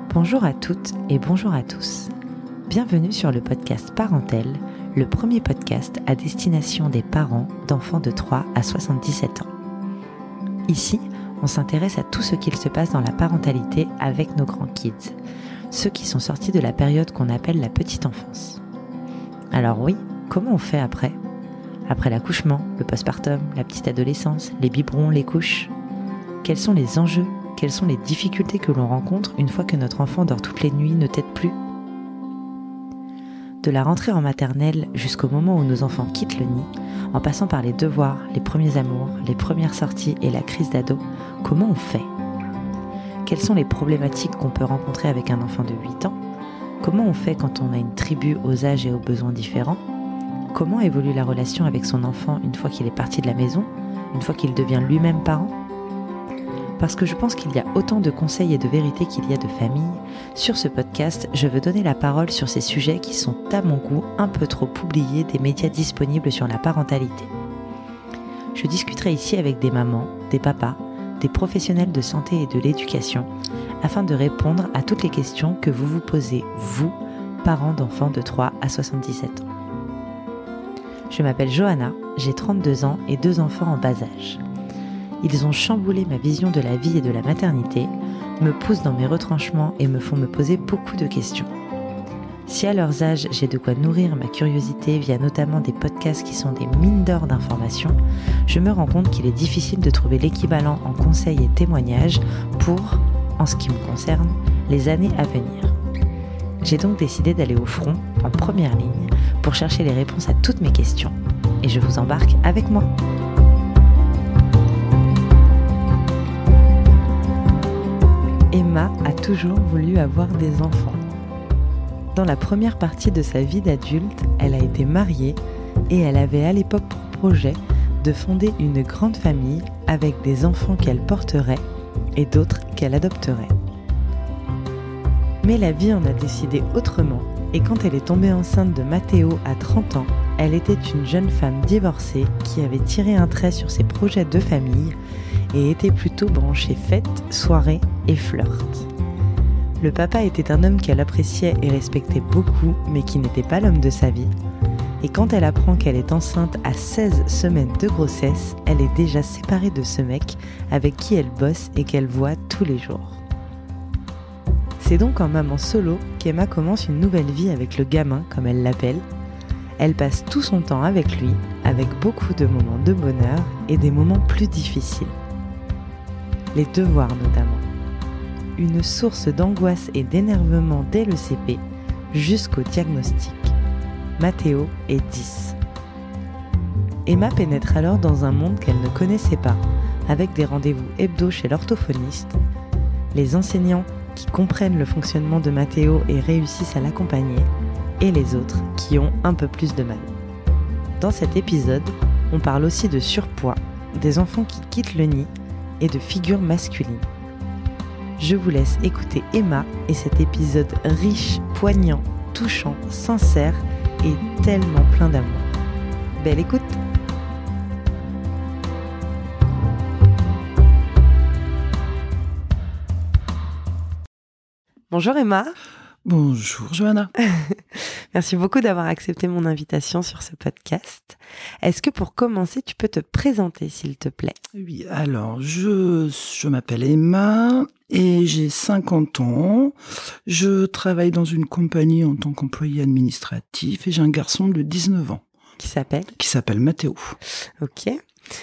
Bonjour à toutes et bonjour à tous. Bienvenue sur le podcast Parentèle, le premier podcast à destination des parents d'enfants de 3 à 77 ans. Ici, on s'intéresse à tout ce qu'il se passe dans la parentalité avec nos grands kids, ceux qui sont sortis de la période qu'on appelle la petite enfance. Alors oui, comment on fait après ? Après l'accouchement, le postpartum, la petite adolescence, les biberons, les couches ? Quels sont les enjeux ? Quelles sont les difficultés que l'on rencontre une fois que notre enfant dort toutes les nuits, ne tète plus ? De la rentrée en maternelle jusqu'au moment où nos enfants quittent le nid, en passant par les devoirs, les premiers amours, les premières sorties et la crise d'ado, comment on fait ? Quelles sont les problématiques qu'on peut rencontrer avec un enfant de 8 ans ? Comment on fait quand on a une tribu aux âges et aux besoins différents ? Comment évolue la relation avec son enfant une fois qu'il est parti de la maison, une fois qu'il devient lui-même parent ? Parce que je pense qu'il y a autant de conseils et de vérités qu'il y a de familles, sur ce podcast, je veux donner la parole sur ces sujets qui sont, à mon goût, un peu trop oubliés des médias disponibles sur la parentalité. Je discuterai ici avec des mamans, des papas, des professionnels de santé et de l'éducation, afin de répondre à toutes les questions que vous vous posez, vous, parents d'enfants de 3 à 77 ans. Je m'appelle Johanna, j'ai 32 ans et 2 enfants en bas âge. Ils ont chamboulé ma vision de la vie et de la maternité, me poussent dans mes retranchements et me font me poser beaucoup de questions. Si à leurs âges, j'ai de quoi nourrir ma curiosité via notamment des podcasts qui sont des mines d'or d'informations, je me rends compte qu'il est difficile de trouver l'équivalent en conseils et témoignages pour, en ce qui me concerne, les années à venir. J'ai donc décidé d'aller au front, en première ligne, pour chercher les réponses à toutes mes questions. Et je vous embarque avec moi. Emma a toujours voulu avoir des enfants. Dans la première partie de sa vie d'adulte, elle a été mariée et elle avait à l'époque pour projet de fonder une grande famille avec des enfants qu'elle porterait et d'autres qu'elle adopterait. Mais la vie en a décidé autrement et quand elle est tombée enceinte de Mathéo à 30 ans, elle était une jeune femme divorcée qui avait tiré un trait sur ses projets de famille et était plutôt branchée fête, soirée et flirt. Le papa était un homme qu'elle appréciait et respectait beaucoup, mais qui n'était pas l'homme de sa vie. Et quand elle apprend qu'elle est enceinte à 16 semaines de grossesse, elle est déjà séparée de ce mec avec qui elle bosse et qu'elle voit tous les jours. C'est donc en maman solo qu'Emma commence une nouvelle vie avec le gamin, comme elle l'appelle. Elle passe tout son temps avec lui, avec beaucoup de moments de bonheur et des moments plus difficiles. Les devoirs notamment. Une source d'angoisse et d'énervement dès le CP jusqu'au diagnostic. Mathéo est 10. Emma pénètre alors dans un monde qu'elle ne connaissait pas, avec des rendez-vous hebdo chez l'orthophoniste, les enseignants qui comprennent le fonctionnement de Mathéo et réussissent à l'accompagner, et les autres qui ont un peu plus de mal. Dans cet épisode, on parle aussi de surpoids, des enfants qui quittent le nid, et de figures masculines. Je vous laisse écouter Emma et cet épisode riche, poignant, touchant, sincère et tellement plein d'amour. Belle écoute! Bonjour Emma. Bonjour Johanna. Merci beaucoup d'avoir accepté mon invitation sur ce podcast. Est-ce que pour commencer, tu peux te présenter s'il te plaît ? Oui, alors je m'appelle Emma et j'ai 50 ans. Je travaille dans une compagnie en tant qu'employé administratif et j'ai un garçon de 19 ans. Qui s'appelle Mathéo. Ok.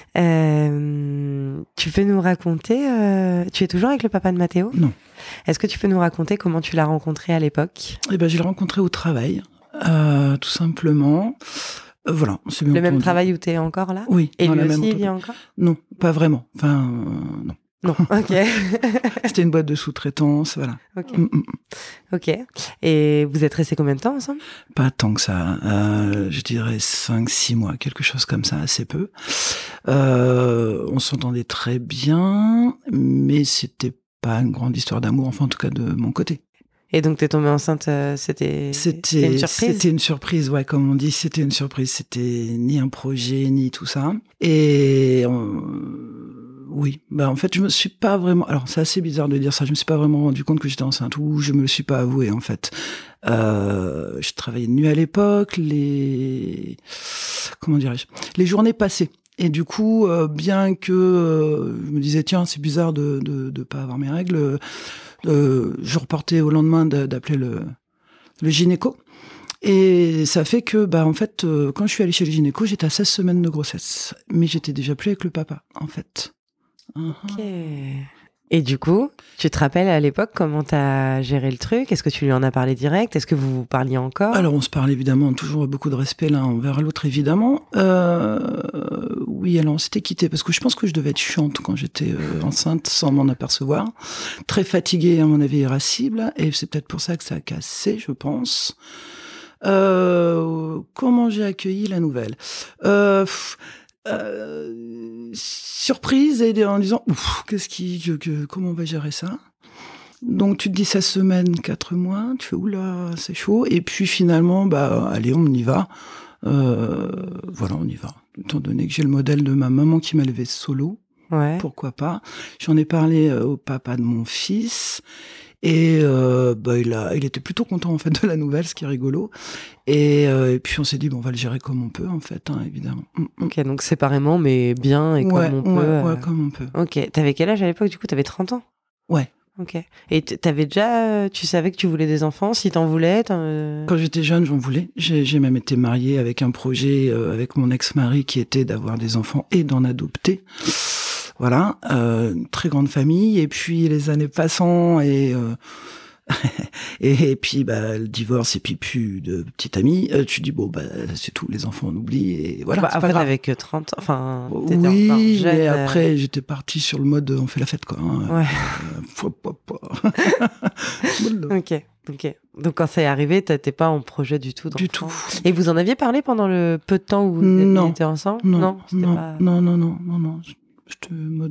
Tu peux nous raconter, tu es toujours avec le papa de Mathéo ? Non. Est-ce que tu peux nous raconter comment tu l'as rencontré à l'époque ? Je l'ai rencontré au travail, tout simplement. Voilà. C'est bien le même entendu. travail où tu es encore là ? Oui. Et lui la aussi, même il y est encore ? Non, pas vraiment. Enfin, non. Non, ok. C'était une boîte de sous-traitance, voilà. Ok. Ok. Et vous êtes restés combien de temps ensemble ? Pas tant que ça. Je dirais 5-6 mois, quelque chose comme ça, assez peu. On s'entendait très bien, mais c'était pas une grande histoire d'amour, enfin en tout cas de mon côté. Et donc t'es tombée enceinte, c'était une surprise ? C'était une surprise, ouais, comme on dit, c'était une surprise. C'était ni un projet, ni tout ça. Et Oui, en fait, je me suis pas vraiment. Alors, c'est assez bizarre de dire ça. Je me suis pas vraiment rendu compte que j'étais enceinte, ou je me le suis pas avoué en fait. Je travaillais de nuit à l'époque. Comment dirais-je, les journées passaient. Et du coup, bien que je me disais tiens, c'est bizarre de pas avoir mes règles, je reportais au lendemain d'appeler le gynéco. Et ça fait que, en fait, quand je suis allée chez le gynéco, j'étais à 16 semaines de grossesse. Mais j'étais déjà plus avec le papa, en fait. Ok. Et du coup, tu te rappelles à l'époque comment t'as géré le truc? Est-ce que tu lui en as parlé direct? Est-ce que vous vous parliez encore? Alors, on se parle évidemment, toujours beaucoup de respect l'un envers l'autre, évidemment. Oui, alors on s'était quittés parce que je pense que je devais être chiante quand j'étais enceinte sans m'en apercevoir. Très fatiguée, à mon avis, irascible. Et c'est peut-être pour ça que ça a cassé, je pense. Comment j'ai accueilli la nouvelle? Surprise et en disant comment on va gérer ça? Donc tu te dis 16 semaines, 4 mois, tu fais oula, c'est chaud. Et puis finalement, allez, on y va. Voilà, on y va. Étant donné que j'ai le modèle de ma maman qui m'a élevé solo, pourquoi pas. J'en ai parlé au papa de mon fils. Et il était plutôt content en fait de la nouvelle, ce qui est rigolo. Et puis on s'est dit on va le gérer comme on peut en fait, évidemment. Ok, donc séparément mais bien et comme on peut. Ouais, comme on peut. Ok, t'avais quel âge à l'époque du coup? T'avais 30 ans? Ouais. Ok. Et t'avais déjà, tu savais que tu voulais des enfants, si t'en voulais? Quand j'étais jeune, j'en voulais. J'ai même été mariée avec un projet avec mon ex-mari qui était d'avoir des enfants et d'en adopter. Voilà, une très grande famille. Et puis les années passant et puis le divorce et puis plus de petite amie, tu dis c'est tout, les enfants on oublie et voilà. Après t'avais que 30, enfin oui, encore jeune, mais après j'étais partie sur le mode on fait la fête quoi. Ok. Donc quand ça est arrivé, t'étais pas en projet du tout. Du tout. Et vous en aviez parlé pendant le peu de temps où vous étiez ensemble? Non. J'étais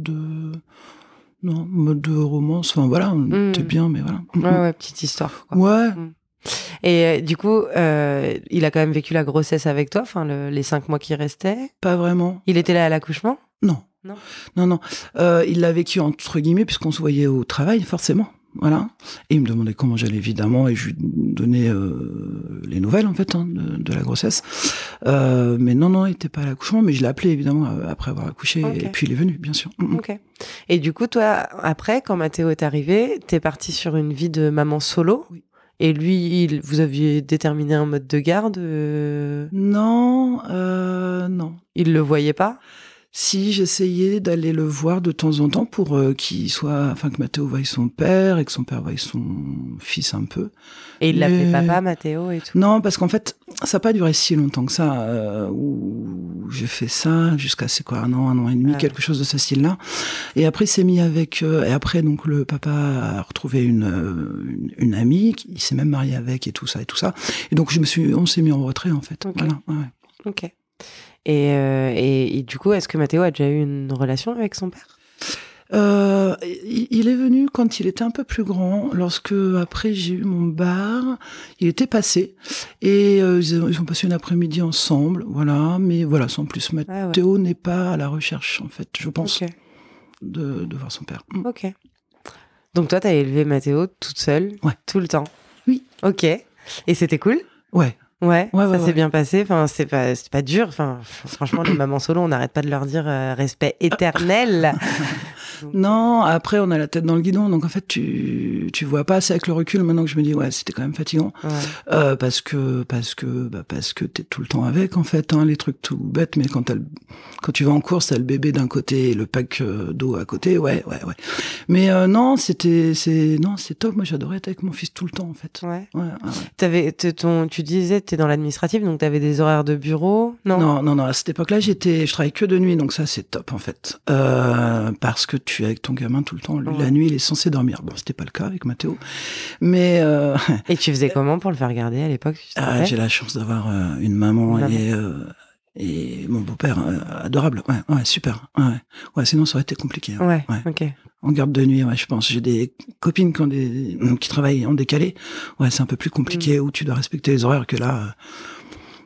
mode romance. Enfin voilà, c'était bien, mais voilà. Ouais, petite histoire, quoi. Ouais. Et du coup, il a quand même vécu la grossesse avec toi, enfin les 5 mois qui restaient? Pas vraiment. Il était là à l'accouchement? Non. Il l'a vécu entre guillemets puisqu'on se voyait au travail, forcément. Voilà. Et il me demandait comment j'allais, évidemment, et je lui donnais les nouvelles, en fait, de la grossesse. Mais non, il était pas à l'accouchement, mais je l'ai appelé, évidemment, après avoir accouché, et puis il est venu, bien sûr. Ok. Et du coup, toi, après, quand Mathéo est arrivé, t'es partie sur une vie de maman solo? Oui. Et lui, vous aviez déterminé un mode de garde? Non. Il le voyait pas? Si, j'essayais d'aller le voir de temps en temps pour que Mathéo voie son père et que son père voie son fils un peu. Et il l'appelait papa, Mathéo et tout? Non, parce qu'en fait, ça n'a pas duré si longtemps que ça, où j'ai fait ça jusqu'à, un an et demi, quelque chose de ce style-là. Et après, il s'est mis avec, et après, donc, le papa a retrouvé une amie, il s'est même marié avec et tout ça. Et donc, on s'est mis en retrait, en fait. Okay. Voilà, ouais. Ok. Et du coup, est-ce que Mathéo a déjà eu une relation avec son père? Il est venu quand il était un peu plus grand, lorsque après j'ai eu mon bar, il était passé et ils ont passé une après-midi ensemble, voilà, mais voilà, sans plus. Mathéo n'est pas à la recherche, en fait, je pense, de voir son père. Ok. Donc toi, t'as élevé Mathéo toute seule, tout le temps? Oui. Ok. Et c'était cool? Ouais. Ça s'est bien passé. Enfin, c'est pas dur. Enfin, franchement, les mamans solo, on n'arrête pas de leur dire respect éternel. Non, après on a la tête dans le guidon, donc en fait tu vois pas. C'est avec le recul maintenant que je me dis c'était quand même fatigant, parce que t'es tout le temps avec en fait, les trucs tout bêtes, mais quand tu vas en course, t'as le bébé d'un côté et le pack d'eau à côté, ouais. Mais non, c'est top. Moi j'adorais être avec mon fils tout le temps en fait. Tu disais t'es dans l'administratif, donc t'avais des horaires de bureau? Non. À cette époque-là, je travaillais que de nuit, donc ça c'est top en fait, parce que tu es avec ton gamin tout le temps. Lui, la nuit, il est censé dormir. Bon, c'était pas le cas avec Mathéo. Mais et tu faisais comment pour le faire garder à l'époque? J'ai la chance d'avoir une maman et mon beau-père adorable. Ouais, super. Ouais, sinon ça aurait été compliqué. Ok. En garde de nuit, je pense. J'ai des copines qui travaillent en décalé. Ouais, c'est un peu plus compliqué où tu dois respecter les horaires que là.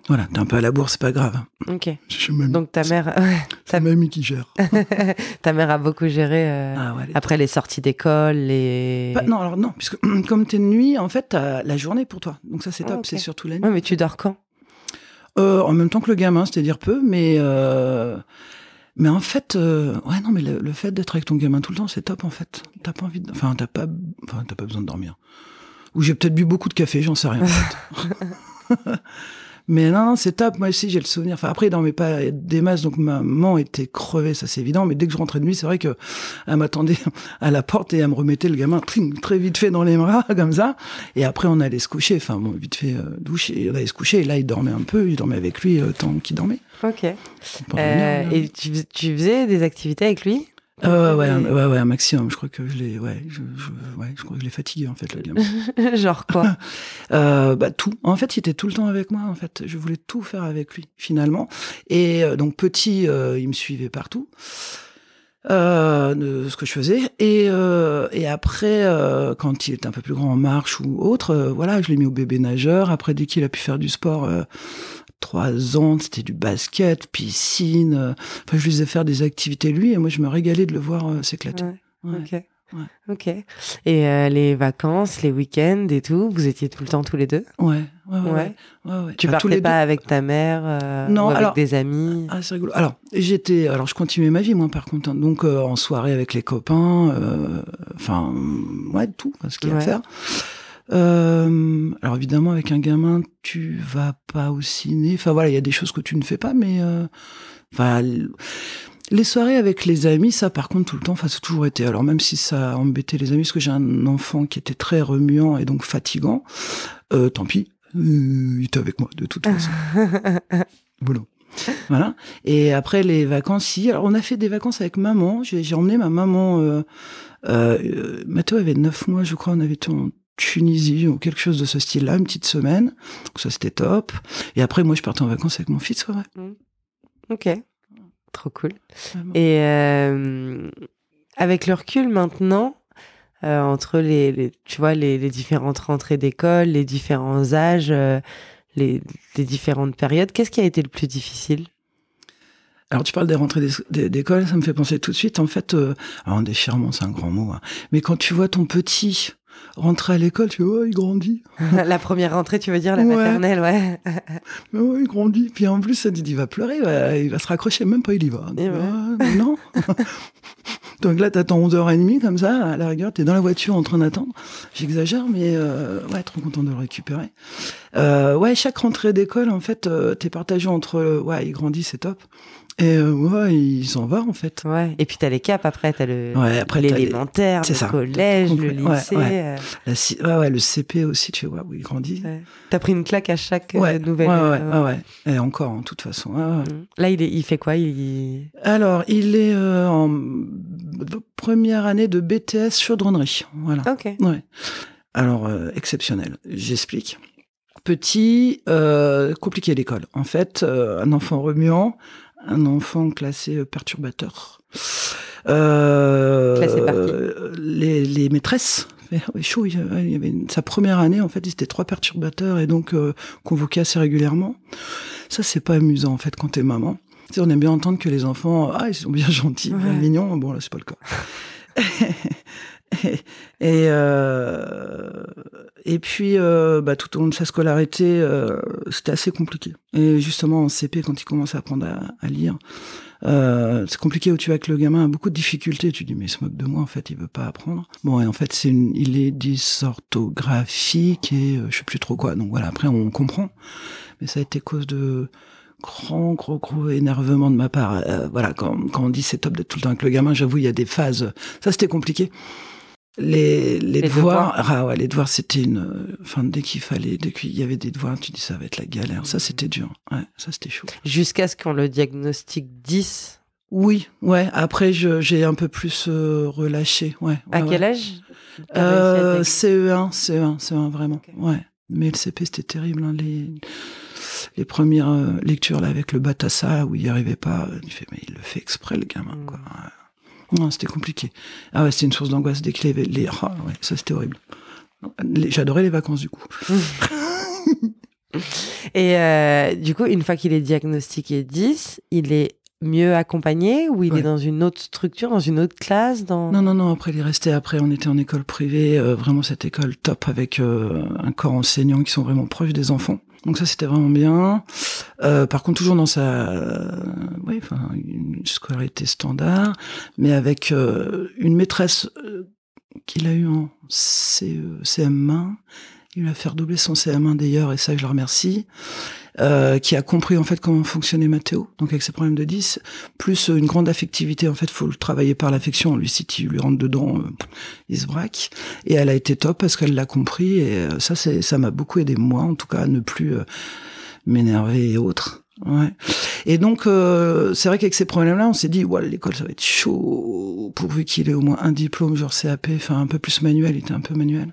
Voilà, t'es un peu à la bourre, c'est pas grave. Ok. Mamie. Donc ta mère... C'est mamie qui gère. Ta mère a beaucoup géré après les sorties d'école, non, alors non, puisque comme t'es de nuit, en fait, t'as la journée pour toi. Donc ça, c'est top, c'est surtout la nuit. Ouais, mais tu dors quand? En même temps que le gamin, c'est-à-dire peu, mais en fait, non, mais le fait d'être avec ton gamin tout le temps, c'est top, en fait. T'as pas envie t'as pas besoin de dormir. Ou j'ai peut-être bu beaucoup de café, j'en sais rien, en fait. Mais non, c'est top. Moi aussi, j'ai le souvenir. Enfin, après, il dormait pas des masses, donc maman était crevée, ça c'est évident. Mais dès que je rentrais de nuit, c'est vrai que elle m'attendait à la porte et elle me remettait le gamin très vite fait dans les bras, comme ça. Et après, on allait se coucher. Enfin, bon, vite fait douche et on allait se coucher. Et là, il dormait un peu. Il dormait avec lui tant qu'il dormait. Ok. Et tu faisais des activités avec lui? Ouais, un maximum. Je crois que je crois que je l'ai fatigué, en fait, le gamin. Genre quoi? Tout. En fait, il était tout le temps avec moi, en fait. Je voulais tout faire avec lui, finalement. Et donc, petit, il me suivait partout. De ce que je faisais. Et après, quand il était un peu plus grand en marche ou autre, je l'ai mis au bébé nageur. Après, dès qu'il a pu faire du sport, 3 ans, c'était du basket, piscine. Enfin, je lui faisais faire des activités lui, et moi, je me régalais de le voir s'éclater. Ouais. Ok. Et les vacances, les week-ends et tout, vous étiez tout le temps tous les deux? Ouais. Tu partais pas avec ta mère non, ou avec des amis? Ah, c'est rigolo. Alors, je continuais ma vie, moi, par contre. Donc, en soirée avec les copains, tout, ce qu'il y a à faire. Alors évidemment, avec un gamin, tu vas pas au ciné. Enfin voilà, il y a des choses que tu ne fais pas, mais les soirées avec les amis, ça par contre tout le temps, ça a toujours été. Alors même si ça embêtait les amis, parce que j'ai un enfant qui était très remuant et donc fatigant, tant pis, il était avec moi de toute façon. Voilà. Et après les vacances, si. Alors on a fait des vacances avec maman. J'ai emmené ma maman. Mathéo avait 9 mois, je crois. On avait été en Tunisie ou quelque chose de ce style-là, une petite semaine. Donc ça, c'était top. Et après, moi, je partais en vacances avec mon fils, ouais. Ok. Trop cool. Vraiment. Et avec le recul maintenant, entre les différentes rentrées d'école, les différents âges, les différentes périodes, qu'est-ce qui a été le plus difficile? Alors, tu parles des rentrées d'école, ça me fait penser tout de suite, en fait, un déchirement, c'est un grand mot, hein. Mais quand tu vois ton petit rentrer à l'école, tu vois, il grandit. La première rentrée, tu veux dire, la maternelle, ouais. Mais ouais, il grandit. Puis en plus, ça dit, il va pleurer, il va se raccrocher, même pas il y va. Non. Donc là, t'attends 11h30, comme ça, à la rigueur, t'es dans la voiture en train d'attendre. J'exagère, mais trop content de le récupérer. Chaque rentrée d'école, en fait, t'es partagé entre, il grandit, c'est top. Et il s'en va, en fait. Ouais. Et puis t'as les caps, après t'as l'élémentaire, le collège, le lycée. Le CP aussi, tu vois, où il grandit. Ouais. T'as pris une claque à chaque nouvelle. Ouais. Et encore, en toute façon. Là, il fait quoi? Alors, il est en première année de BTS chaudronnerie. Voilà. Ok. Ouais. Alors, exceptionnel. J'explique. Petit, compliqué l'école. En fait, un enfant remuant, un enfant classé perturbateur. Classé par qui? Les maîtresses. Chaud, il y avait sa première année, en fait, ils étaient 3 perturbateurs et donc convoqués assez régulièrement. Ça, c'est pas amusant, en fait, quand t'es maman. Tu sais, on aime bien entendre que les enfants, ils sont bien gentils, bien mignons. Bon, là, c'est pas le cas. Et puis, tout au long de sa scolarité, c'était assez compliqué. Et justement, en CP, quand il commence à apprendre à lire, c'est compliqué où tu vois que le gamin a beaucoup de difficultés. Tu dis, mais il se moque de moi, en fait, il veut pas apprendre. Bon, et en fait, il est dysorthographique et je sais plus trop quoi. Donc voilà, après, on comprend. Mais ça a été cause de gros énervement de ma part. Quand on dit c'est top d'être tout le temps avec le gamin, j'avoue, il y a des phases. Ça, c'était compliqué. Les devoirs, les devoirs, c'était dès qu'il y avait des devoirs, tu dis ça va être la galère. Ça, c'était dur. Ouais, ça, c'était chaud. Jusqu'à ce qu'on le diagnostique 10. Oui, après, j'ai un peu plus relâché. À quel âge? CE1, vraiment. Okay. Ouais. Mais le CP, c'était terrible, hein, les premières lectures là avec le Batassa où il y arrivait pas. Il fait, mais il le fait exprès, le gamin, quoi. Non, c'était compliqué. Ah ouais, c'était une source d'angoisse dès qu'il y avait ça c'était horrible. J'adorais les vacances du coup. Et du coup, une fois qu'il est diagnostiqué 10, il est mieux accompagné ou il est dans une autre structure, dans une autre classe Non. Après, il est resté. Après, on était en école privée, vraiment cette école top avec un corps enseignant qui sont vraiment proches des enfants. Donc ça, c'était vraiment bien. Par contre, toujours dans une scolarité standard, mais avec une maîtresse qu'il a eue en CM1. Il lui a fait redoubler son CM1 d'ailleurs, et ça, je le remercie. Qui a compris en fait comment fonctionnait Mathéo, donc avec ses problèmes de 10, plus une grande affectivité. En fait, faut le travailler par l'affection. Lui, si tu lui rentres dedans, il se braque. Et elle a été top parce qu'elle l'a compris, et ça m'a beaucoup aidé, moi en tout cas, à ne plus m'énerver et autres. Ouais. Et donc c'est vrai qu'avec ces problèmes-là, on s'est dit l'école ça va être chaud, pourvu qu'il ait au moins un diplôme genre CAP, enfin un peu plus manuel. Il était un peu manuel.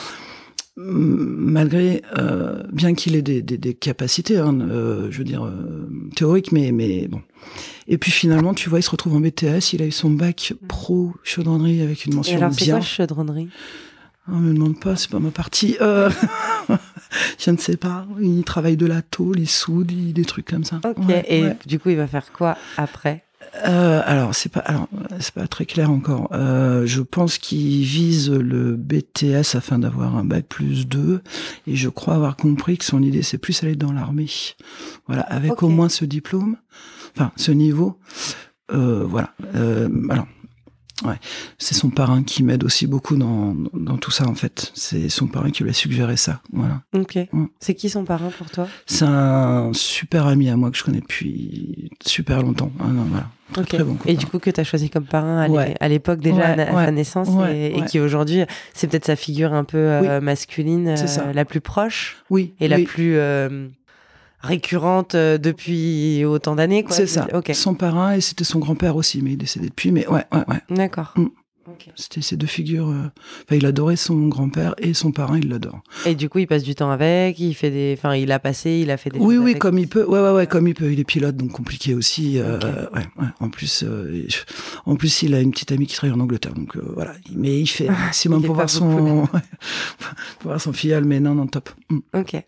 Malgré bien qu'il ait des capacités, je veux dire théoriques, mais bon. Et puis finalement, tu vois, il se retrouve en BTS. Il a eu son bac pro chaudronnerie avec une mention bien. Et alors, c'est quoi chaudronnerie ? On me demande pas, c'est pas ma partie. Je ne sais pas. Il travaille de la tôle, il soude, des trucs comme ça. Ok. Et du coup, il va faire quoi après ? Alors c'est pas très clair encore. Je pense qu'il vise le BTS afin d'avoir un bac plus 2, et je crois avoir compris que son idée c'est plus aller dans l'armée. Voilà, avec au moins ce diplôme, enfin ce niveau. Voilà. Alors. Ouais, c'est son parrain qui m'aide aussi beaucoup dans tout ça en fait. C'est son parrain qui lui a suggéré ça. Voilà. Ok. C'est qui son parrain pour toi ? C'est un super ami à moi que je connais depuis super longtemps. Voilà. Très bon copain. Et du coup que tu as choisi comme parrain à l'époque déjà à sa naissance et qui aujourd'hui c'est peut-être sa figure un peu masculine la plus proche. Oui. Et la plus récurrente depuis autant d'années, quoi. C'est ça. Okay. Son parrain, et c'était son grand-père aussi, mais il est décédé depuis. Mais ouais. D'accord. Okay. C'était ces deux figures. Enfin, il adorait son grand-père et son parrain, il l'adore. Et du coup, il passe du temps avec. Il fait il a fait des. Oui, avec. comme il peut. Ouais, comme il peut. Il est pilote, donc compliqué aussi. En plus, il a une petite amie qui travaille en Angleterre, donc voilà. Mais il fait un maximum pour voir son filleul, mais non, top. Ok.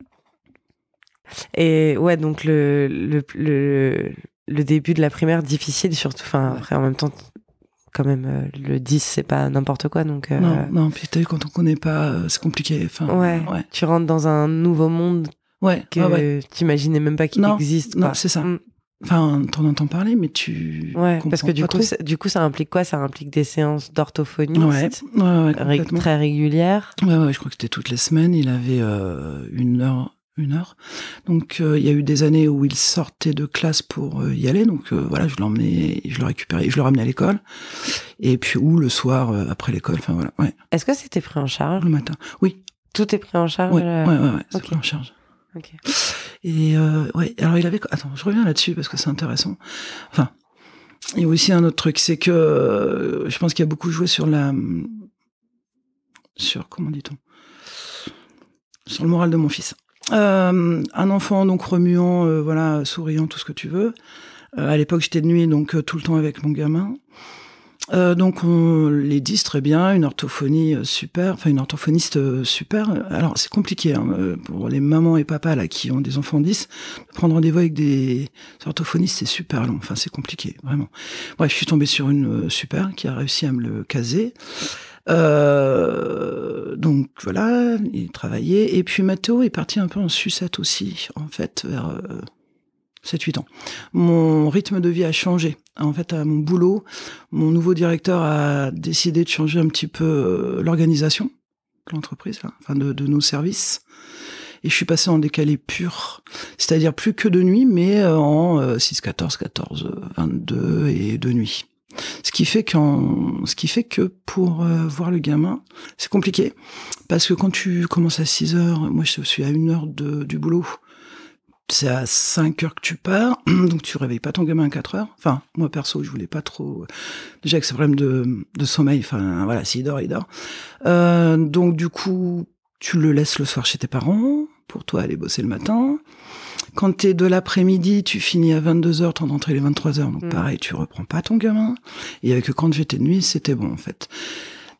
Et ouais, donc le début de la primaire difficile, surtout. Enfin, après, en même temps, quand même, le 10, c'est pas n'importe quoi, donc. Non. Puis t'as vu, quand on connaît pas, c'est compliqué. Enfin. Ouais. Tu rentres dans un nouveau monde. Que t'imaginais même pas qu'il existe. Non, c'est ça. Enfin, t'en entends parler, mais tu. Ouais, parce que du coup, ça implique quoi ? Ça implique des séances d'orthophonie. Très régulières. Ouais, je crois que c'était toutes les semaines. Il avait une heure. Donc il y a eu des années où il sortait de classe pour y aller, donc voilà, je l'emmenais, je le récupérais, je le ramenais à l'école, et puis ou le soir après l'école, enfin voilà. Ouais. Est-ce que c'était pris en charge ? Le matin, oui. Tout est pris en charge. Ouais, c'est pris en charge. Ok. Et alors il avait, attends, je reviens là-dessus parce que c'est intéressant. Enfin, il y a aussi un autre truc, c'est que je pense qu'il y a beaucoup joué sur comment dit-on, sur le moral de mon fils. Un enfant donc remuant, souriant, tout ce que tu veux. À l'époque, j'étais de nuit, donc tout le temps avec mon gamin. Donc on les 10 très bien, une orthophonie super, enfin une orthophoniste super. Alors c'est compliqué pour les mamans et papas là qui ont des enfants 10, prendre rendez-vous avec des orthophonistes, c'est super long. Enfin c'est compliqué, vraiment. Bref, je suis tombé sur une super qui a réussi à me le caser. Donc voilà, il travaillait. Et puis Mathéo est parti un peu en sucette aussi, en fait, vers 7-8 ans. Mon rythme de vie a changé. En fait, à mon boulot, mon nouveau directeur a décidé de changer un petit peu l'organisation de l'entreprise, enfin de nos services. Et je suis passé en décalé pur, c'est-à-dire plus que de nuit, mais en 6-14, 14-22 et de nuit. Ce qui fait que pour voir le gamin, c'est compliqué. Parce que quand tu commences à 6 heures, moi je suis à 1 heure du boulot, c'est à 5 heures que tu pars, donc tu réveilles pas ton gamin à 4 heures. Enfin, moi perso, je voulais pas trop... Déjà que c'est problème de sommeil, enfin voilà, s'il dort, il dort. Donc du coup, tu le laisses le soir chez tes parents, pour toi aller bosser le matin. Quand t'es de l'après-midi, tu finis à 22h, t'en d'entrée les 23h, donc pareil, tu reprends pas ton gamin. Et avec quand j'étais de nuit, c'était bon, en fait.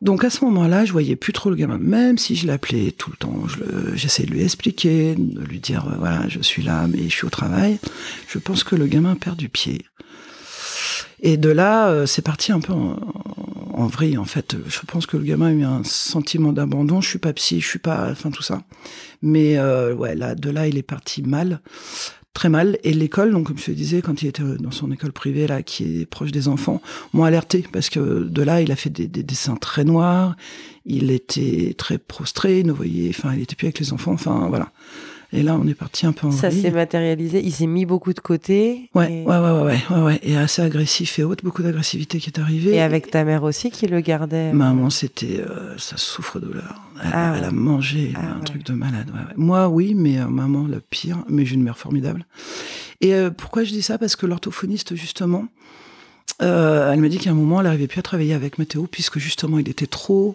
Donc à ce moment-là, je voyais plus trop le gamin, même si je l'appelais tout le temps. J'essayais de lui expliquer, de lui dire voilà, je suis là, mais je suis au travail. Je pense que le gamin perd du pied. Et de là, c'est parti un peu en vrille, en fait. Je pense que le gamin a eu un sentiment d'abandon. Je suis pas psy, je suis pas, enfin tout ça. Mais ouais, là, de là, il est parti mal. Très mal. Et l'école, donc comme je te disais, quand il était dans son école privée là, qui est proche des enfants, m'ont alerté parce que de là, il a fait des dessins très noirs. Il était très prostré, il ne voyait, enfin, il était plus avec les enfants. Enfin, voilà. Et là, on est parti un peu en vrille. Ça s'est matérialisé. Il s'est mis beaucoup de côté. Ouais. Et assez agressif et haute, beaucoup d'agressivité qui est arrivée. Et avec ta mère aussi qui le gardait. Maman, c'était sa souffre-douleur. Elle a mangé un truc de malade. Ouais. Moi, oui, mais maman, le pire. Mais j'ai une mère formidable. Et pourquoi je dis ça? Parce que l'orthophoniste, justement, elle m'a dit qu'à un moment, elle n'arrivait plus à travailler avec Mathéo, puisque justement, il était trop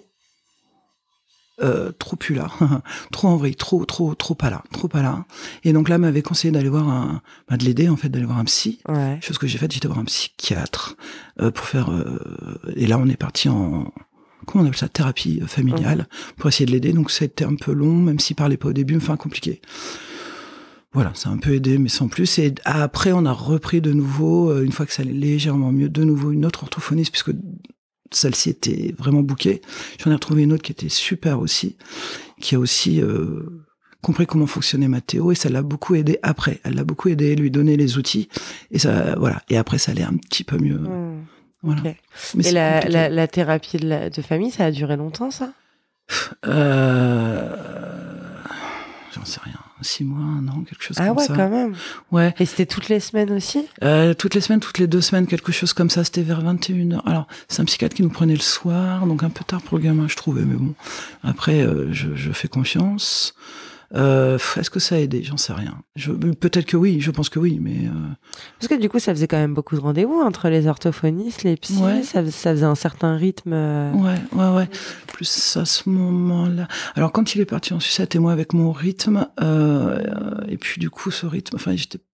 plus là, trop en vrille, trop pas là. Et donc là, m'avait conseillé d'aller voir de l'aider en fait, d'aller voir un psy. Ouais. Chose que j'ai faite, j'étais voir un psychiatre pour faire. Et là, on est parti en comment on appelle ça, thérapie familiale, pour essayer de l'aider. Donc ça a été un peu long, même s'il parlait pas au début, enfin compliqué. Voilà, ça a un peu aidé, mais sans plus. Et après, on a repris de nouveau, une fois que ça allait légèrement mieux, de nouveau une autre orthophoniste, puisque celle-ci était vraiment bookée. J'en ai retrouvé une autre qui était super aussi, qui a aussi compris comment fonctionnait Mathéo, et ça l'a beaucoup aidé après. Elle l'a beaucoup aidé, lui donner les outils, et ça, voilà. Et après, ça allait un petit peu mieux. Voilà. Okay. Mais et la thérapie de famille, ça a duré longtemps, ça? J'en sais rien. 6 mois, 1 an, quelque chose comme ça. Ah ouais, quand même. Ouais. Et c'était toutes les semaines aussi? Toutes les semaines, toutes les 2 semaines, quelque chose comme ça. C'était vers 21h. Alors, c'est un psychiatre qui nous prenait le soir, donc un peu tard pour le gamin, je trouvais. Mais bon, après, je fais confiance. Est-ce que ça a aidé? J'en sais rien. Peut-être que oui, je pense que oui, mais... Parce que du coup, ça faisait quand même beaucoup de rendez-vous entre les orthophonistes, les psys, ouais. ça faisait un certain rythme. Ouais. Plus à ce moment-là. Alors, quand il est parti en Suisse, et moi avec mon rythme, et puis du coup, ce rythme, enfin,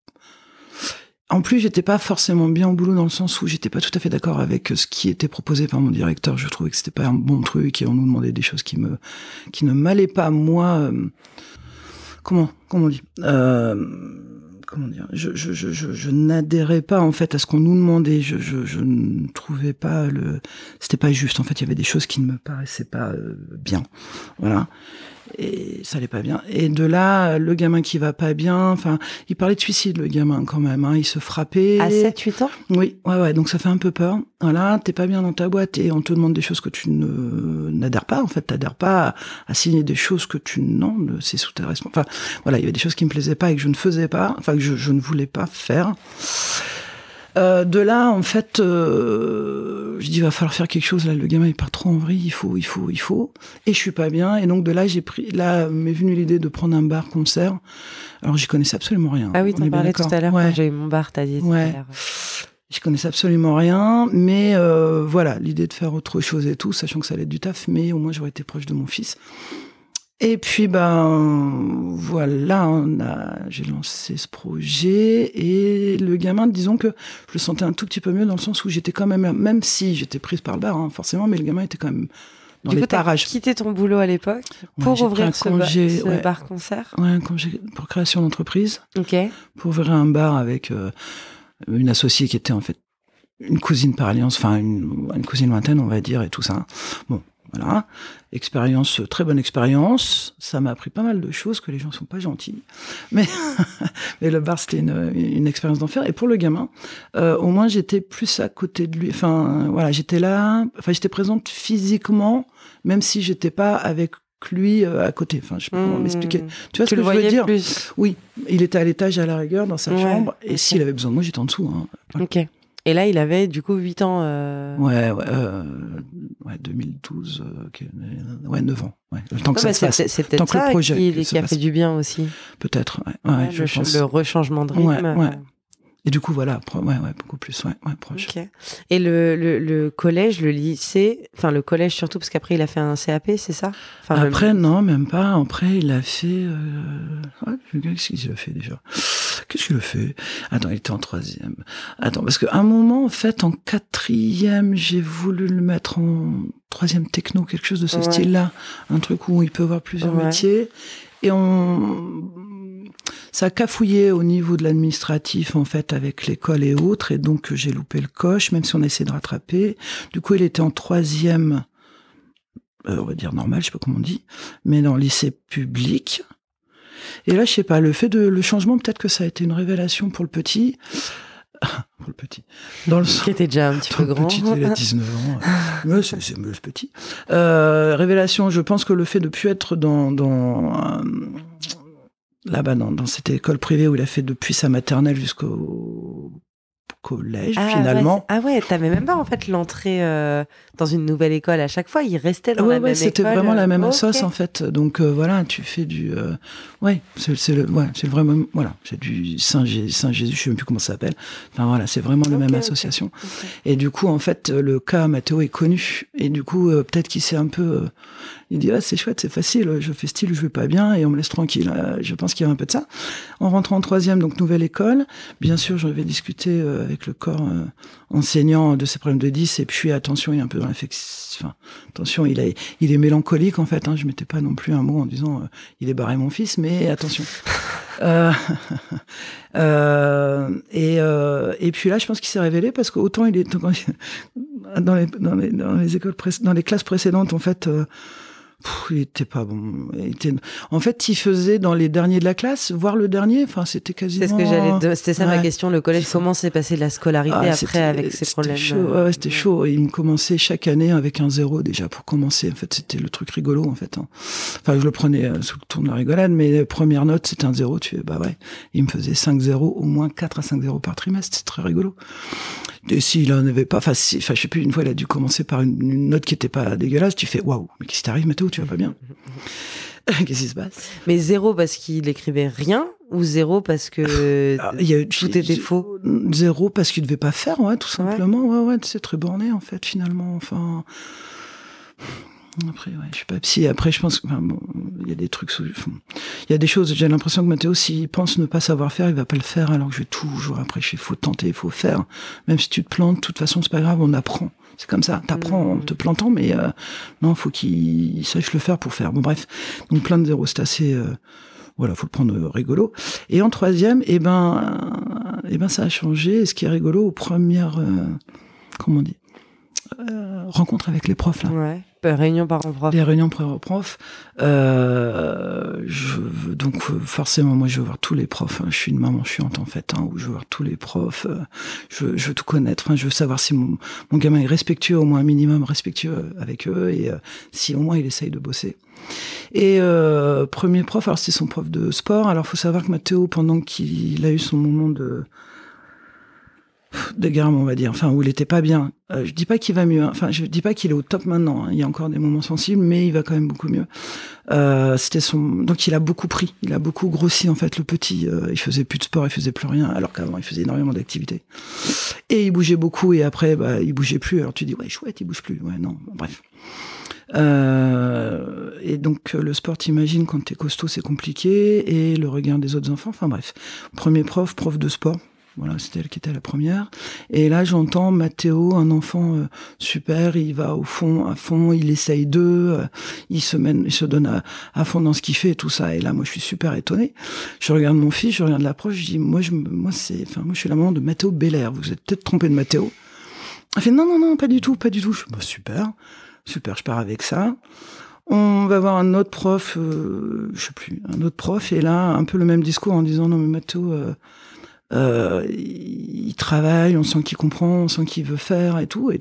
en plus, j'étais pas forcément bien au boulot dans le sens où j'étais pas tout à fait d'accord avec ce qui était proposé par mon directeur. Je trouvais que c'était pas un bon truc et on nous demandait des choses qui ne m'allaient pas, moi... Comment on dit comment dire, je n'adhérais pas en fait à ce qu'on nous demandait. Je ne trouvais pas c'était pas juste. En fait, il y avait des choses qui ne me paraissaient pas bien. Voilà. Et ça allait pas bien. Et de là, le gamin qui va pas bien, enfin, il parlait de suicide, le gamin, quand même, hein, il se frappait. À 7-8 ans? Oui, ouais, donc ça fait un peu peur. Voilà, t'es pas bien dans ta boîte et on te demande des choses que tu n'adhères pas, en fait, t'adhères pas à signer des choses que c'est sous ta responsabilité. Enfin, voilà, il y avait des choses qui me plaisaient pas et que je ne faisais pas, enfin, que je ne voulais pas faire. De là, en fait, je dis, il va falloir faire quelque chose. Là, le gamin, il part trop en vrille. Il faut. Et je suis pas bien. Et donc, de là, m'est venue l'idée de prendre un bar-concert. Alors, j'y connaissais absolument rien. Ah oui, t'en parlais tout à l'heure quand j'ai eu mon bar, t'as dit. Ouais. J'y connaissais absolument rien. Mais voilà, l'idée de faire autre chose et tout, sachant que ça allait être du taf, mais au moins, j'aurais été proche de mon fils. Et puis, voilà, j'ai lancé ce projet et le gamin, disons que je le sentais un tout petit peu mieux dans le sens où j'étais quand même si j'étais prise par le bar, hein, forcément, mais le gamin était quand même dans les parages. Du coup, t'as quitté ton boulot à l'époque pour ouvrir ce bar-concert? Ouais, un congé pour création d'entreprise. Ok. Pour ouvrir un bar avec une associée qui était en fait une cousine par alliance, enfin une cousine lointaine, on va dire, et tout ça. Bon. Voilà, très bonne expérience. Ça m'a appris pas mal de choses, que les gens sont pas gentils. Mais le bar, c'était une expérience d'enfer. Et pour le gamin, au moins, j'étais plus à côté de lui. Enfin, voilà, j'étais là. Enfin, j'étais présente physiquement, même si j'étais pas avec lui à côté. Enfin, je sais pas comment m'expliquer. Tu vois ce que je veux dire? Plus. Oui, il était à l'étage à la rigueur dans sa chambre. Et s'il avait besoin de moi, j'étais en dessous. Hein. Voilà. Ok. Et là, il avait du coup 8 ans. Ouais, 2012, 9 ans. Ouais. Le temps que ça se fasse. C'est peut-être ça qui a fait du bien aussi. Peut-être, ouais, je pense. Le rechangement de rythme. Ouais. Et du coup, voilà, beaucoup plus, proche. Okay. Et le collège, le lycée, enfin le collège surtout, parce qu'après il a fait un CAP, c'est ça? Après, non, même pas. Après, il a fait... qu'est-ce qu'il a fait déjà? Qu'est-ce qu'il a fait? Attends, il était en 3e. Attends, parce qu'à un moment, en fait, en 4e, j'ai voulu le mettre en 3e techno, quelque chose de ce style-là. Un truc où il peut avoir plusieurs métiers. Et ça a cafouillé au niveau de l'administratif, en fait, avec l'école et autres. Et donc, j'ai loupé le coche, même si on a essayé de rattraper. Du coup, il était en 3e, on va dire normal, je sais pas comment on dit, mais dans le lycée public. Et là, je sais pas, le changement, peut-être que ça a été une révélation pour le petit. Pour le petit. Qui était déjà un petit peu grand. Le petit, il a 19 ans. Ouais, c'est le petit. Révélation, je pense que le fait de plus être là-bas, dans cette école privée où il a fait depuis sa maternelle jusqu'au collège, finalement. T'avais même pas, en fait, l'entrée dans une nouvelle école à chaque fois. Il restait dans la même école. C'était vraiment la même sauce, en fait. Donc, voilà, tu fais du... c'est le vrai... Voilà, c'est du Saint-Jésus, je sais même plus comment ça s'appelle. Enfin, voilà, c'est vraiment la même association. Okay. Et du coup, en fait, le cas Mathéo est connu. Et du coup, peut-être qu'il s'est un peu... il dit, c'est chouette, c'est facile, je fais style, je vais pas bien, et on me laisse tranquille. Je pense qu'il y avait un peu de ça. En rentrant en 3e, donc nouvelle école, bien sûr, je vais discuter avec le corps enseignant de ses problèmes de 10, et puis attention, il est un peu dans l'affection. Enfin, attention, il est mélancolique, en fait. Je mettais pas non plus un mot en disant, il est barré mon fils, mais attention. Et puis là, je pense qu'il s'est révélé parce qu'autant il est dans les écoles dans les classes précédentes, en fait. Il était pas bon. En fait, il faisait dans les derniers de la classe, voire le dernier. Enfin, c'était quasiment. C'est ce que c'était ça ma question. Le collège, comment s'est passé de la scolarité après avec ces problèmes? C'était chaud. Et il me commençait chaque année avec un 0 déjà pour commencer. En fait, c'était le truc rigolo, en fait. Enfin, je le prenais sous le ton de la rigolade, mais la première note, c'était un 0. Tu fais, il me faisait 5-0, au moins 4 à 5-0 par trimestre. C'est très rigolo. Et s'il en avait pas, je sais plus, une fois, il a dû commencer par une note qui était pas dégueulasse. Tu fais, waouh, mais qu'est-ce qui t'arrive, Mathéo? Tu vas pas bien? Qu'est-ce qui se passe? Mais 0 parce qu'il écrivait rien, ou 0 parce que tout était faux? 0 parce qu'il devait pas faire, tout simplement. Ouais, c'est très borné, en fait, finalement. Enfin. Après, je suis pas psy. Après, je pense que, il y a des trucs, il y a des choses, j'ai l'impression que Mathéo, s'il pense ne pas savoir faire, il va pas le faire, alors que je vais toujours, après, il faut tenter, il faut faire. Même si tu te plantes, de toute façon, c'est pas grave, on apprend. C'est comme ça, t'apprends en te plantant, mais non, faut qu'il sache le faire pour faire. Bon, bref. Donc, plein de zéros, c'est assez, faut le prendre rigolo. Et en 3e, ça a changé. Et ce qui est rigolo, aux premières, comment on dit, rencontres avec les profs, là. Ouais. Réunion parents-prof. Les réunions parents-prof. Donc forcément, moi, je veux voir tous les profs. Je suis une maman chiante, en fait, où je veux voir tous les profs. Je veux tout connaître. Je veux savoir si mon gamin est respectueux, au moins un minimum respectueux avec eux, et si au moins il essaye de bosser. Et premier prof, alors c'était son prof de sport. Alors faut savoir que Mathéo, pendant qu'il a eu son moment de gamme, on va dire, où il était pas bien. Je dis pas qu'il va mieux, je dis pas qu'il est au top maintenant, il y a encore des moments sensibles, mais il va quand même beaucoup mieux. Donc il a beaucoup pris, il a beaucoup grossi, en fait, le petit. Il faisait plus de sport, il faisait plus rien, alors qu'avant il faisait énormément d'activités. Et il bougeait beaucoup, et après, il bougeait plus. Alors tu dis, chouette, il bouge plus. Ouais, non, bref. Et donc le sport, t'imagines, quand t'es costaud, c'est compliqué, et le regard des autres enfants, bref. Premier prof de sport. Voilà, c'était elle qui était la première. Et là, j'entends Mathéo, un enfant super, il va à fond, il essaye il se donne à fond dans ce qu'il fait et tout ça. Et là, moi, je suis super étonné. Je regarde mon fils, je regarde l'approche, je dis, moi, je suis la maman de Mathéo Belair. Vous êtes peut-être trompé de Mathéo. Elle fait, non, pas du tout. Je suis, super, je pars avec ça. On va voir un autre prof, et là, un peu le même discours en disant, non, mais Mathéo, il travaille, on sent qu'il comprend, on sent qu'il veut faire et tout.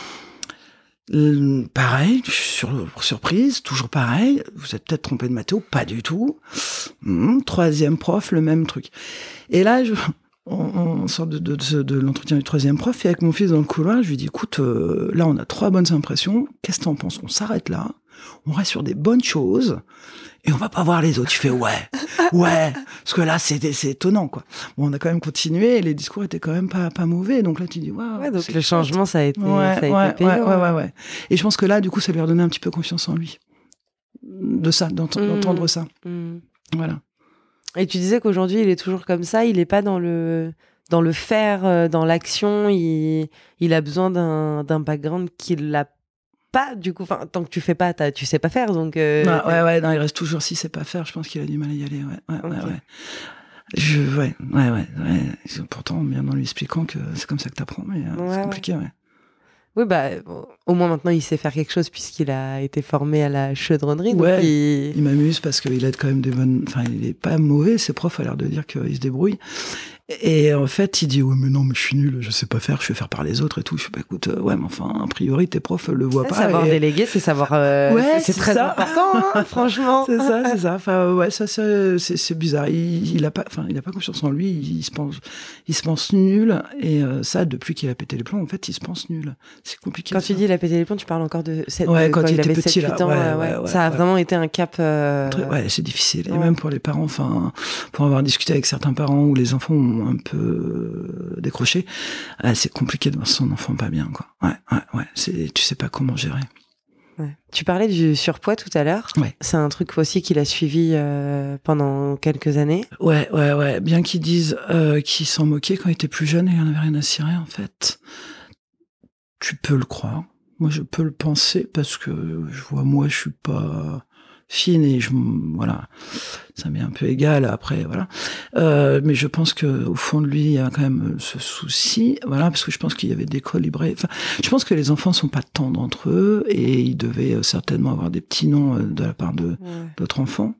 Pareil, surprise, toujours pareil. Vous êtes peut-être trompé de Mathéo, pas du tout. 3e prof, le même truc. Et là, on sort de l'entretien du 3e prof, et avec mon fils dans le couloir, je lui dis, écoute, là, on a 3 bonnes impressions. Qu'est-ce que t'en penses? On s'arrête là, on reste sur des bonnes choses, et on va pas voir les autres. Je fais ouais, parce que là, c'est étonnant, quoi. Bon, on a quand même continué, et les discours étaient quand même pas mauvais, donc là, tu dis, waouh. Ouais, donc le changement, ça a été payant. Ouais. Et je pense que là, du coup, ça lui a donné un petit peu confiance en lui. De ça, d'entendre ça. Voilà. Et tu disais qu'aujourd'hui, il est toujours comme ça, il est pas dans le faire, dans l'action, il a besoin d'un background qu'il a pas, du coup. Enfin, tant que tu fais pas, tu sais pas faire, donc... Non, il reste toujours, s'il sait pas faire, je pense qu'il a du mal à y aller, ouais. Ouais. Pourtant, bien en lui expliquant que c'est comme ça que t'apprends, mais c'est compliqué, ouais. Oui, au moins maintenant, il sait faire quelque chose puisqu'il a été formé à la chaudronnerie. Donc il m'amuse parce qu'il aide quand même des bonnes... Enfin, il est pas mauvais, ses profs ont l'air de dire qu'il se débrouille. Et en fait, il dit, ouais, mais non, mais je suis nul, je sais pas faire, je fais faire par les autres et tout. Je fais, écoute, ouais, mais enfin, a priori, tes profs le voient pas. Savoir déléguer, c'est savoir, c'est très important, hein, franchement. C'est ça. Enfin, ouais, ça, c'est bizarre. Il a pas confiance en lui, il se pense nul. Et ça, depuis qu'il a pété les plombs, en fait, il se pense nul. C'est compliqué. Quand tu dis il a pété les plombs, tu parles encore de quand il était petit, 7-8 ans. Ça a vraiment été un cap. Ouais, c'est difficile. Et même pour les parents, enfin, pour avoir discuté avec certains parents où les enfants ont un peu décroché, c'est compliqué de voir son enfant pas bien, quoi. Ouais. Tu sais pas comment gérer. Ouais. Tu parlais du surpoids tout à l'heure. Ouais. C'est un truc aussi qu'il a suivi pendant quelques années. Ouais. Bien qu'ils disent qu'il s'en moquait quand il était plus jeune et il en avait rien à cirer, en fait. Tu peux le croire. Moi, je peux le penser parce que je suis pas fine et voilà, ça m'est un peu égal après, voilà. Mais je pense que au fond de lui, il y a quand même ce souci, voilà, parce que je pense qu'il y avait des colibrés. Enfin, je pense que les enfants sont pas tendres entre eux et ils devaient certainement avoir des petits noms de la part d'autres enfants.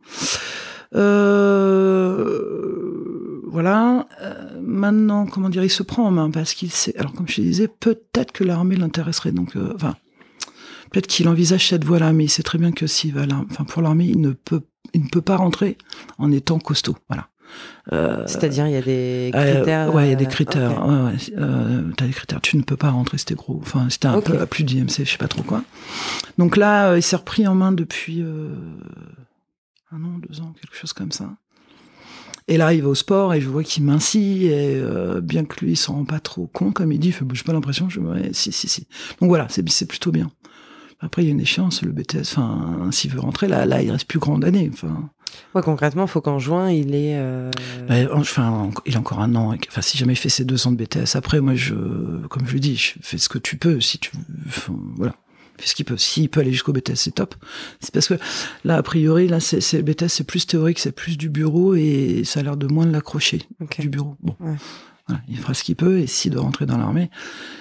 Voilà. Maintenant, comment dire, il se prend en main parce qu'il sait. Alors, comme je te disais, peut-être que l'armée l'intéresserait. Donc, peut-être qu'il envisage cette voie-là, mais il sait très bien que s'il va pour l'armée, il ne peut pas rentrer en étant costaud. Voilà. C'est-à-dire, il y a des critères. Il y a des critères. Okay. T'as des critères. Tu ne peux pas rentrer, c'était gros. Enfin, c'était un peu à plus d'IMC, je sais pas trop quoi. Donc là, il s'est repris en main depuis 1 an, 2 ans, quelque chose comme ça. Et là, il va au sport et je vois qu'il mincit et bien que lui, il s'en rend pas trop compte, comme il dit, j'ai pas l'impression, si. Donc voilà, c'est plutôt bien. Après, il y a une échéance, le BTS, enfin, s'il veut rentrer, là, il reste plus grand d'année, enfin. Ouais, concrètement, il faut qu'en juin, il est... il a encore 1 an. Enfin, si jamais il fait ses 2 ans de BTS, après, moi, comme je le dis, je fais ce que tu peux, si tu... Enfin, voilà. Fais ce qu'il peut. S'il peut aller jusqu'au BTS, c'est top. C'est parce que, là, a priori, là, c'est BTS, c'est plus théorique, c'est plus du bureau, et ça a l'air de moins de l'accrocher, du bureau. Bon. Ouais. Voilà, il fera ce qu'il peut, et s'il doit rentrer dans l'armée,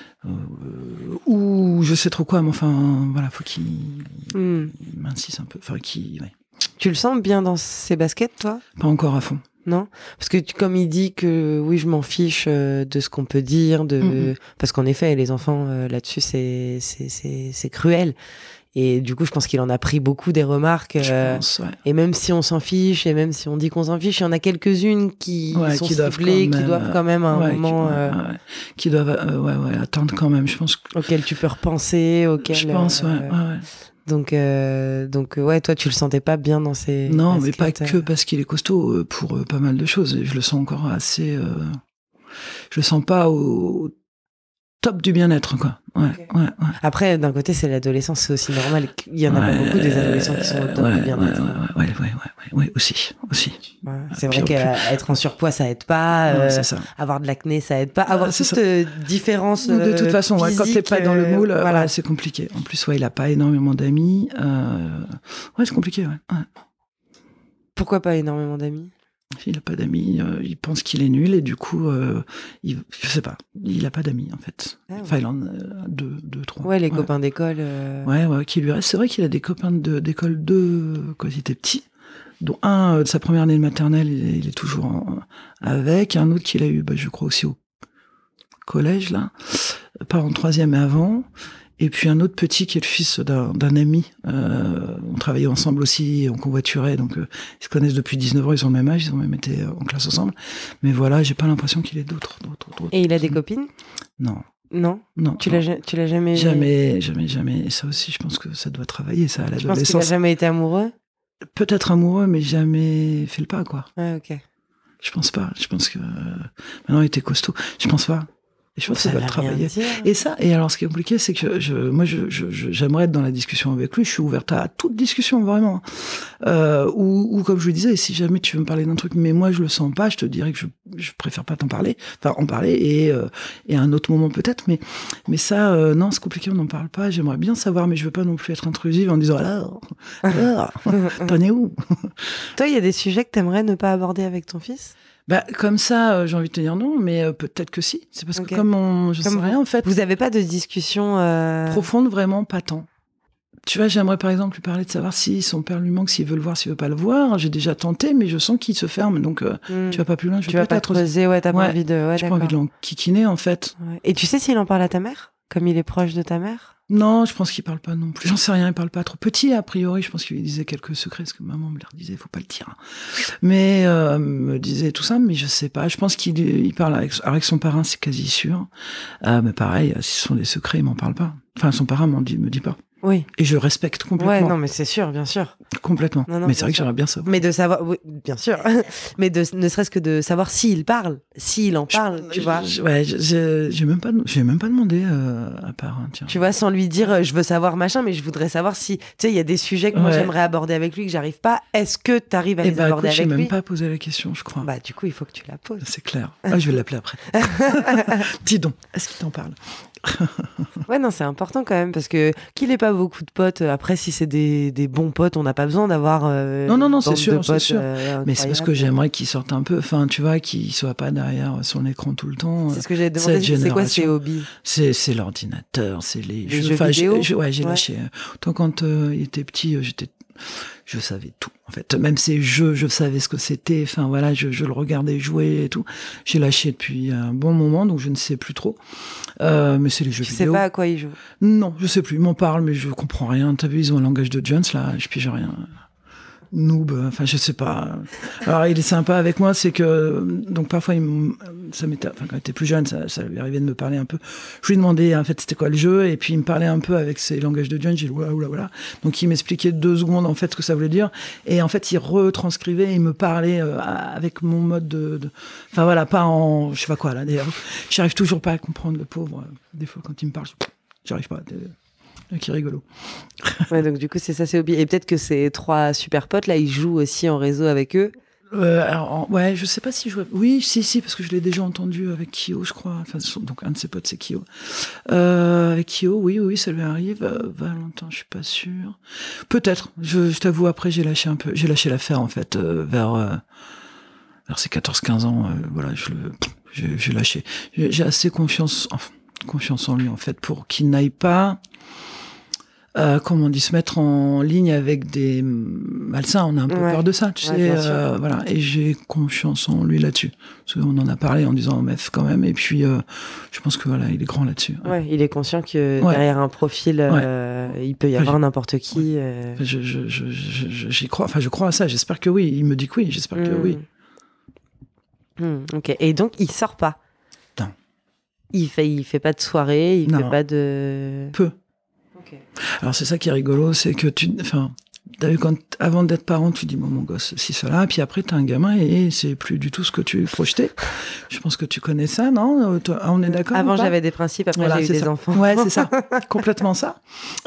ou je sais trop quoi, mais enfin, voilà, faut qu'il mincisse un peu. Enfin, ouais. Tu le sens bien dans ses baskets, toi ? Pas encore à fond. Non ? Parce que comme il dit que oui, je m'en fiche de ce qu'on peut dire, parce qu'en effet, les enfants là-dessus, c'est cruel. Et du coup, je pense qu'il en a pris beaucoup des remarques. Je pense, ouais. Et même si on s'en fiche, et même si on dit qu'on s'en fiche, il y en a quelques-unes qui sont ciblées, qui doivent quand même à un moment... qui doivent attendre quand même, je pense. Auquel tu peux repenser, je pense, ouais. Donc, ouais, toi, tu le sentais pas bien dans ces... Non, mais pas que parce qu'il est costaud, pour pas mal de choses. Je le sens encore assez... je le sens pas au top du bien-être, quoi. Ouais. Après, d'un côté, c'est l'adolescence, c'est aussi normal. Il y en a pas beaucoup des adolescents qui sont au top du bien-être. Ouais, aussi. Ouais, c'est vrai qu'être en surpoids, ça aide pas. C'est ça. Avoir de l'acné, ça aide pas. Avoir toute différence de toute façon, physique, quand t'es pas dans le moule, c'est compliqué. En plus, il a pas énormément d'amis. C'est compliqué, ouais. Pourquoi pas énormément d'amis ? Il n'a pas d'amis, il pense qu'il est nul et du coup, je sais pas, il n'a pas d'amis en fait. Enfin, il en a 2, 3. Ouais, les copains d'école. Ouais, qui lui reste. C'est vrai qu'il a des copains d'école quand il était petit, dont un de sa première année de maternelle, il est toujours avec, un autre qu'il a eu, je crois aussi au collège là, pas en 3e mais avant. Et puis un autre petit qui est le fils d'un ami. On travaillait ensemble aussi, on convoiturait, donc ils se connaissent depuis 19 ans, ils ont le même âge, ils ont même été en classe ensemble. Mais voilà, j'ai pas l'impression qu'il ait d'autres. Et il a des copines ? Non. Tu l'as jamais... Jamais. Et ça aussi, je pense que ça doit travailler, ça, à l'adolescence. Tu penses qu'il a jamais été amoureux ? Peut-être amoureux, mais jamais fait le pas, quoi. Ouais, ok. Je pense pas. Je pense que... Maintenant, il était costaud. Je pense pas. Et je pense que ça va le travailler. Et ça, et alors ce qui est compliqué, c'est que j'aimerais être dans la discussion avec lui. Je suis ouverte à toute discussion, vraiment. Ou comme je vous disais, si jamais tu veux me parler d'un truc, mais moi je le sens pas, je te dirais que je préfère pas en parler, et à un autre moment peut-être. Mais ça, non, c'est compliqué, on n'en parle pas. J'aimerais bien savoir, mais je veux pas non plus être intrusive en disant alors, t'en es où? Toi, il y a des sujets que t'aimerais ne pas aborder avec ton fils? Comme ça, j'ai envie de te dire non, mais peut-être que si. C'est parce que je sais rien, en fait. Vous avez pas de discussion profonde, vraiment, pas tant. Tu vois, j'aimerais par exemple lui parler de savoir si son père lui manque, s'il veut le voir, s'il veut pas le voir. J'ai déjà tenté, mais je sens qu'il se ferme, donc tu vas pas plus loin. Tu vas pas creuser, t'as pas envie de... j'ai pas envie de l'enquiquiner, en fait. Ouais. Et tu sais s'il en parle à ta mère? Comme il est proche de ta mère? Non, je pense qu'il parle pas non plus. J'en sais rien, il parle pas trop. Petit, a priori, je pense qu'il lui disait quelques secrets, parce que maman me les disait, faut pas le dire. Mais, me disait tout ça, mais je sais pas. Je pense qu'il parle avec son parrain, c'est quasi sûr. Mais pareil, si ce sont des secrets, il m'en parle pas. Enfin, son parrain me dit pas. Oui. Et je respecte complètement. Ouais, non, mais c'est sûr, bien sûr. Complètement. Non, mais c'est vrai que j'aimerais bien savoir. Mais de savoir, oui, bien sûr. Mais ne serait-ce que de savoir s'il parle, s'il en parle, tu vois. J'ai même pas demandé à part. Tiens. Tu vois, sans lui dire, je veux savoir machin, mais je voudrais savoir si, tu sais, il y a des sujets que moi j'aimerais aborder avec lui que j'arrive pas. Est-ce que t'arrives à les aborder avec lui? J'ai même pas posé la question, je crois. Du coup, il faut que tu la poses. C'est clair. Je vais l'appeler après. Dis donc, est-ce qu'il t'en parle? Ouais, non, c'est important quand même, parce que qu'il ait pas beaucoup de potes, après, si c'est des bons potes, on n'a pas besoin d'avoir non, c'est sûr, c'est sûr. Mais c'est parce que j'aimerais qu'il sorte un peu, enfin, tu vois, qu'il soit pas derrière son écran tout le temps. C'est ce que j'ai demandé. C'est quoi ses hobbies? C'est l'ordinateur, c'est les jeux vidéo. J'ai lâché. Tant quand il était petit, je savais tout, en fait. Même ces jeux, je savais ce que c'était. Enfin, voilà, je le regardais jouer et tout. J'ai lâché depuis un bon moment, donc je ne sais plus trop. Mais c'est les jeux vidéo. Tu sais pas à quoi il joue? Non, je sais plus. Ils m'en parlent, mais je comprends rien. T'as vu, ils ont un langage de Jones, là. Je pige rien. Noob, enfin, je sais pas. Alors, il est sympa avec moi, c'est que, donc, parfois, quand il était plus jeune, ça lui arrivait de me parler un peu. Je lui demandais, en fait, c'était quoi le jeu, et puis il me parlait un peu avec ses langages de Jones, j'ai dit, voilà. Donc, il m'expliquait 2 secondes, en fait, ce que ça voulait dire, et en fait, il retranscrivait, il me parlait avec mon mode enfin, voilà, pas en, je sais pas quoi, là, d'ailleurs. J'arrive toujours pas à comprendre le pauvre. Des fois, quand il me parle, j'arrive pas. Qui est rigolo. Ouais, donc du coup, c'est ça, c'est hobby. Et peut-être que ces 3 super potes, là, ils jouent aussi en réseau avec eux. Alors, ouais, je sais pas si je jouais. Oui, si, parce que je l'ai déjà entendu avec Kyo, je crois. Enfin, donc un de ses potes, c'est Kyo. Avec Kyo, oui, ça lui arrive. Valentin, je suis pas sûre. Peut-être. Je t'avoue, après, j'ai lâché l'affaire, en fait, vers ses 14-15 ans. Voilà, j'ai lâché. J'ai assez confiance en lui, en fait, pour qu'il n'aille pas, comment on dit, se mettre en ligne avec des malsains. On a un peu peur de ça, tu sais. Voilà. Et j'ai confiance en lui là-dessus. Parce qu'on en a parlé en disant meuf quand même. Et puis, je pense que voilà, il est grand là-dessus. Ouais, il est conscient que derrière un profil, il peut y avoir n'importe qui. J'y crois. Enfin, je crois à ça. J'espère que oui. Il me dit que oui. J'espère que oui. Ok. Et donc, il sort pas. Non. Il fait pas de soirée. Il fait pas de. Peu. Okay. Alors c'est ça qui est rigolo, c'est que t'as vu, avant d'être parent, tu dis mon gosse, si cela, puis après t'as un gamin et c'est plus du tout ce que tu projetais. Je pense que tu connais ça, non? On est d'accord? Avant j'avais des principes, après j'ai eu des enfants. Ouais, c'est ça, complètement ça.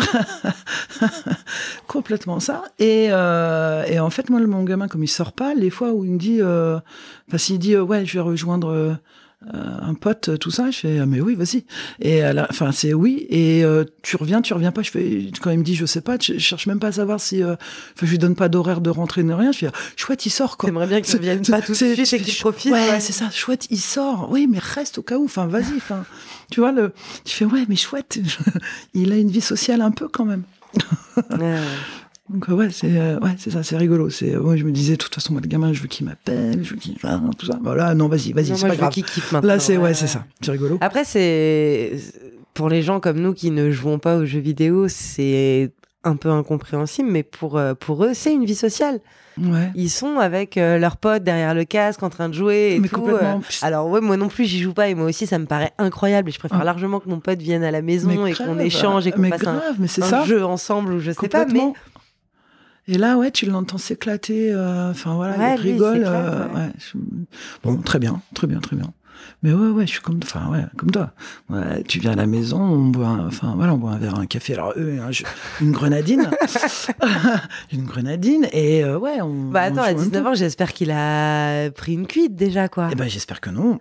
Complètement ça. Et en fait, moi, mon gamin, comme il sort pas, les fois où il me dit, s'il dit ouais, je vais rejoindre un pote, tout ça, je fais mais oui, vas-y. Et c'est oui. Et tu reviens pas. Je fais, quand il me dit je sais pas, je cherche même pas à savoir si, je lui donne pas d'horaire de rentrée ni rien. Je fais chouette, il sort quoi. T'aimerais bien qu'il vienne pas tout de suite et qu'il profite. Ouais, c'est ça, chouette, il sort. Oui, mais reste au cas où. Enfin, vas-y. Enfin, tu vois tu fais ouais, mais chouette, il a une vie sociale un peu quand même. Donc c'est ça, c'est rigolo. Moi je me disais de toute façon moi le gamin je veux qu'il m'appelle, je veux qu'il tout ça. Voilà, non vas-y, c'est pas grave. Qu'il kiffe maintenant. Là c'est ça, c'est rigolo. Après c'est pour les gens comme nous qui ne jouons pas aux jeux vidéo, c'est un peu incompréhensible, mais pour eux c'est une vie sociale. Ouais. Ils sont avec leurs potes derrière le casque en train de jouer et mais tout. Complètement. Alors ouais, moi non plus j'y joue pas et moi aussi ça me paraît incroyable et je préfère largement que mon pote vienne à la maison et qu'on échange et qu'on fasse un jeu ensemble ou je sais pas, mais et là, ouais, tu l'entends s'éclater. Il rigole. Bon, très bien. Mais ouais, je suis comme toi. Ouais, tu viens à la maison, on boit un verre, un café. Alors eux, une grenadine, une grenadine, et ouais, on. Bah attends, on à joue en même 19 temps. ans, j'espère qu'il a pris une cuite déjà, quoi. Eh ben, j'espère que non.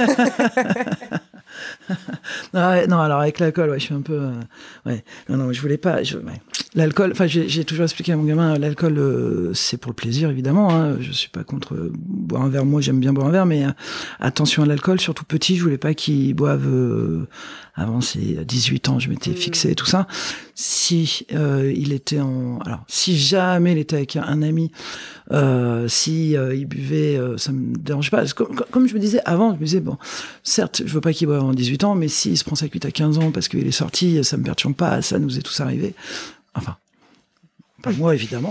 Non, alors avec l'alcool, ouais, je suis un peu. Ouais, non, je voulais pas. Ouais. L'alcool, enfin, j'ai toujours expliqué à mon gamin, l'alcool, c'est pour le plaisir, évidemment. Hein, je suis pas contre boire un verre. Moi, j'aime bien boire un verre, mais attention à l'alcool, surtout petit. Je voulais pas qu'il boive avant ses 18 ans. Je m'étais fixé tout ça. Si il était si jamais il était avec un ami, si il buvait, ça me dérange pas. Comme je me disais avant, je me disais, bon, certes, je veux pas qu'il boive avant 18 ans, mais s'il se prend sa cuite à 15 ans parce qu'il est sorti, ça me perturbe pas, ça nous est tous arrivé. Enfin, pas moi, évidemment.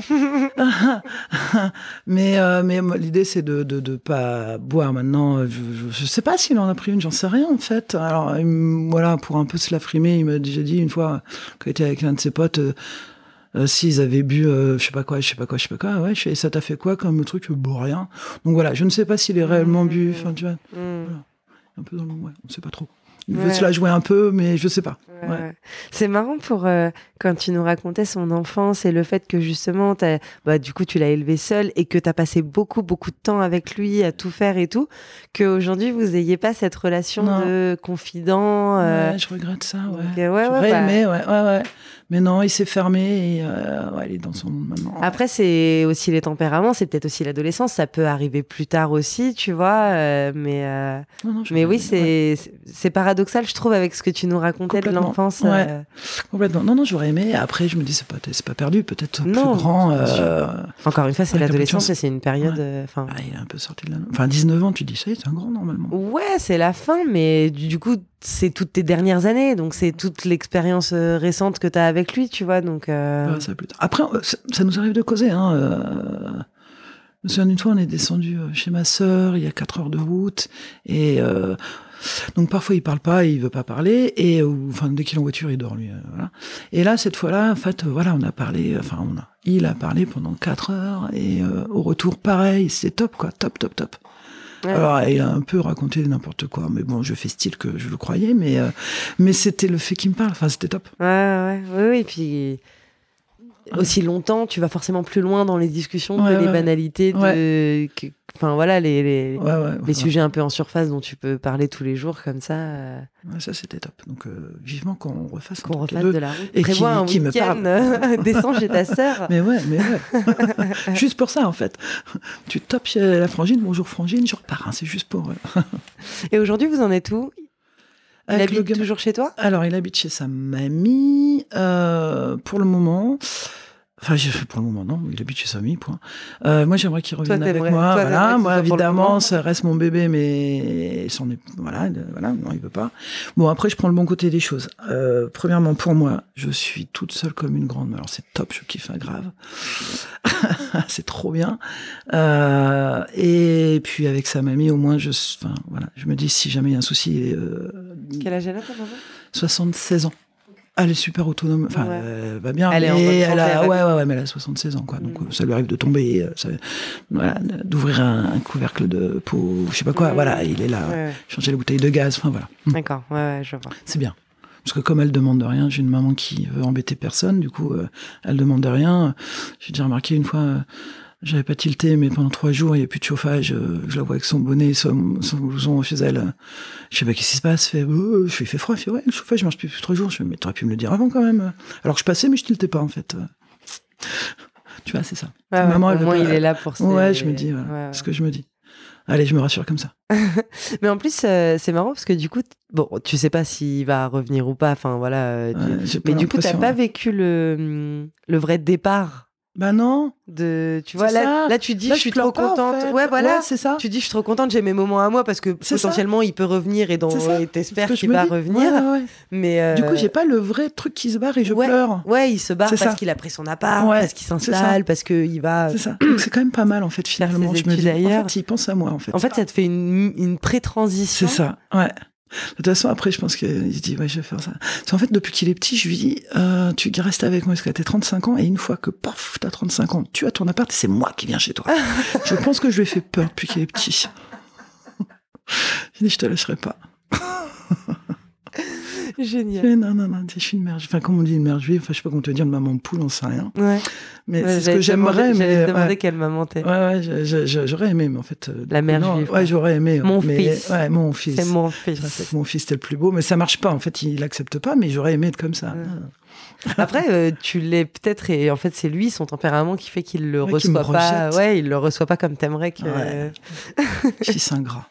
mais l'idée, c'est de pas boire maintenant. Je sais pas s'il en a pris une, j'en sais rien, en fait. Alors, voilà, pour un peu se la frimer, il m'a déjà dit une fois, quand il était avec un de ses potes, s'ils avaient bu, je sais pas quoi, ouais, ça t'a fait quoi comme truc? Bon, rien. Donc voilà, je ne sais pas s'il est réellement bu, enfin, tu vois. Voilà. Un peu dans le ouais, on sait pas trop. Il veut se la jouer un peu, mais je sais pas. Ouais. C'est marrant pour quand tu nous racontais son enfance et le fait que justement, du coup, tu l'as élevé seul et que tu as passé beaucoup de temps avec lui à tout faire et tout, qu'aujourd'hui, vous n'ayez pas cette relation de confident. Ouais, je regrette ça, ouais. Donc, j'aurais aimé, ouais. Mais non, il s'est fermé et il est dans son monde maintenant. Après, c'est aussi les tempéraments, c'est peut-être aussi l'adolescence, ça peut arriver plus tard aussi, tu vois, mais oui, c'est paradoxal, je trouve, avec ce que tu nous racontais de l'enfance. Ouais, complètement. Non, j'aurais aimé. Après, je me dis, c'est pas perdu, peut-être plus grand. Encore une fois, c'est l'adolescence et c'est une période. Il est un peu sorti de la. Enfin, 19 ans, tu dis, ça y est, c'est un grand normalement. Ouais, c'est la fin, mais du coup, c'est toutes tes dernières années, donc c'est toute l'expérience récente que tu as avec lui, tu vois. Donc, ça plus tard. Après, ça nous arrive de causer. Je me souviens d'une fois, on est descendu chez ma sœur, il y a 4 heures de route, et donc parfois il parle pas, il veut pas parler, et dès qu'il est en voiture, il dort lui. Voilà. Et là, cette fois-là, en fait, on a parlé, il a parlé pendant 4 heures, et au retour, pareil, c'était top, quoi, top. Ouais. Alors, il a un peu raconté n'importe quoi, mais bon, je fais style que je le croyais, mais c'était le fait qu'il me parle, c'était top. Oui, puis aussi longtemps, tu vas forcément plus loin dans les discussions que les banalités les sujets un peu en surface dont tu peux parler tous les jours comme ça. Ouais, ça c'était top. Donc vivement qu'on refasse de la route. Et prévois un week-end, descends chez ta sœur. Mais ouais. Juste pour ça en fait. Tu tapes chez la frangine, bonjour frangine, je repars. C'est juste pour. Et aujourd'hui, vous en êtes où? Il habite toujours chez toi? Alors, il habite chez sa mamie, pour le moment. Enfin, pour le moment, non, il habite chez sa mamie, point. Moi, j'aimerais qu'il revienne avec moi. Voilà, moi, évidemment, ça reste mon bébé, mais voilà, non, il veut pas. Bon, après, je prends le bon côté des choses. Premièrement, pour moi, je suis toute seule comme une grande. Alors, c'est top, je kiffe grave. C'est trop bien. Et puis, avec sa mamie, au moins, je me dis, si jamais il y a un souci. Quel âge elle a, ta maman? 76 ans. Elle est super autonome, elle va bien, elle est mais elle a 76 ans, quoi. Donc ça lui arrive de tomber, d'ouvrir un couvercle de pot, je sais pas quoi. Voilà, il est là, changer la bouteille de gaz, voilà. D'accord, je vois. C'est bien. Parce que comme elle demande rien, j'ai une maman qui veut embêter personne, du coup, elle demande rien. J'ai déjà remarqué une fois, j'avais pas tilté, mais pendant 3 jours, il n'y a plus de chauffage. Je la vois avec son bonnet, son blouson chez elle. Je sais pas qu'est-ce qui se passe. Il fait froid. Il fait, ouais, le chauffage marche plus depuis 3 jours. Je fais, mais t'aurais pu me le dire avant quand même. Alors que je passais, mais je tiltais pas, en fait. Tu vois, c'est ça. Maman, au moins, il est là pour ça. Ouais, je me dis, voilà. C'est ce que je me dis. Allez, je me rassure comme ça. Mais en plus, c'est marrant parce que du coup, tu sais pas s'il va revenir ou pas. Enfin, voilà. Mais du coup, t'as pas vécu le vrai départ. Bah non. Tu vois, là, tu dis, je suis trop contente. En fait. Ouais, voilà. Ouais, c'est ça. Tu dis, je suis trop contente, j'ai mes moments à moi parce que potentiellement, il peut revenir et t'espères qu'il va revenir. Ouais. Mais du coup, j'ai pas le vrai truc qui se barre et je pleure. Ouais, il se barre parce qu'il a pris son appart, parce qu'il s'installe, parce qu'il va. C'est ça. Donc, c'est quand même pas mal, en fait, finalement. Je me dis, en fait, il pense à moi, en fait. En fait, ça te fait une pré-transition. C'est ça, ouais. De toute façon, après, je pense qu'il se dit, ouais, je vais faire ça. Parce qu'en fait, depuis qu'il est petit, je lui dis, tu restes avec moi jusqu'à tes 35 ans, et une fois que, paf, t'as 35 ans, tu as ton appart, et c'est moi qui viens chez toi. Je pense que je lui ai fait peur depuis qu'il est petit. J'ai dit, je te lâcherai pas. Génial. Non, je suis une mère. Enfin, comme on dit, une mère juive. Enfin, je sais pas comment te dire, une maman poule, on sait rien. Ouais. Mais c'est ce que j'aimerais. J'allais te demander quelle maman t'es. Ouais, j'aurais aimé, mais en fait. La mère juive. Ouais, j'aurais aimé. Mon fils. Ouais, mon fils. C'est mon fils. C'est que mon fils, c'était le plus beau, mais ça marche pas. En fait, il accepte pas, mais j'aurais aimé être comme ça. Après, tu l'es peut-être, et en fait, c'est lui, son tempérament, qui fait qu'il le reçoit pas. Ouais, il le reçoit pas comme t'aimerais que. Ouais. Fils ingrat.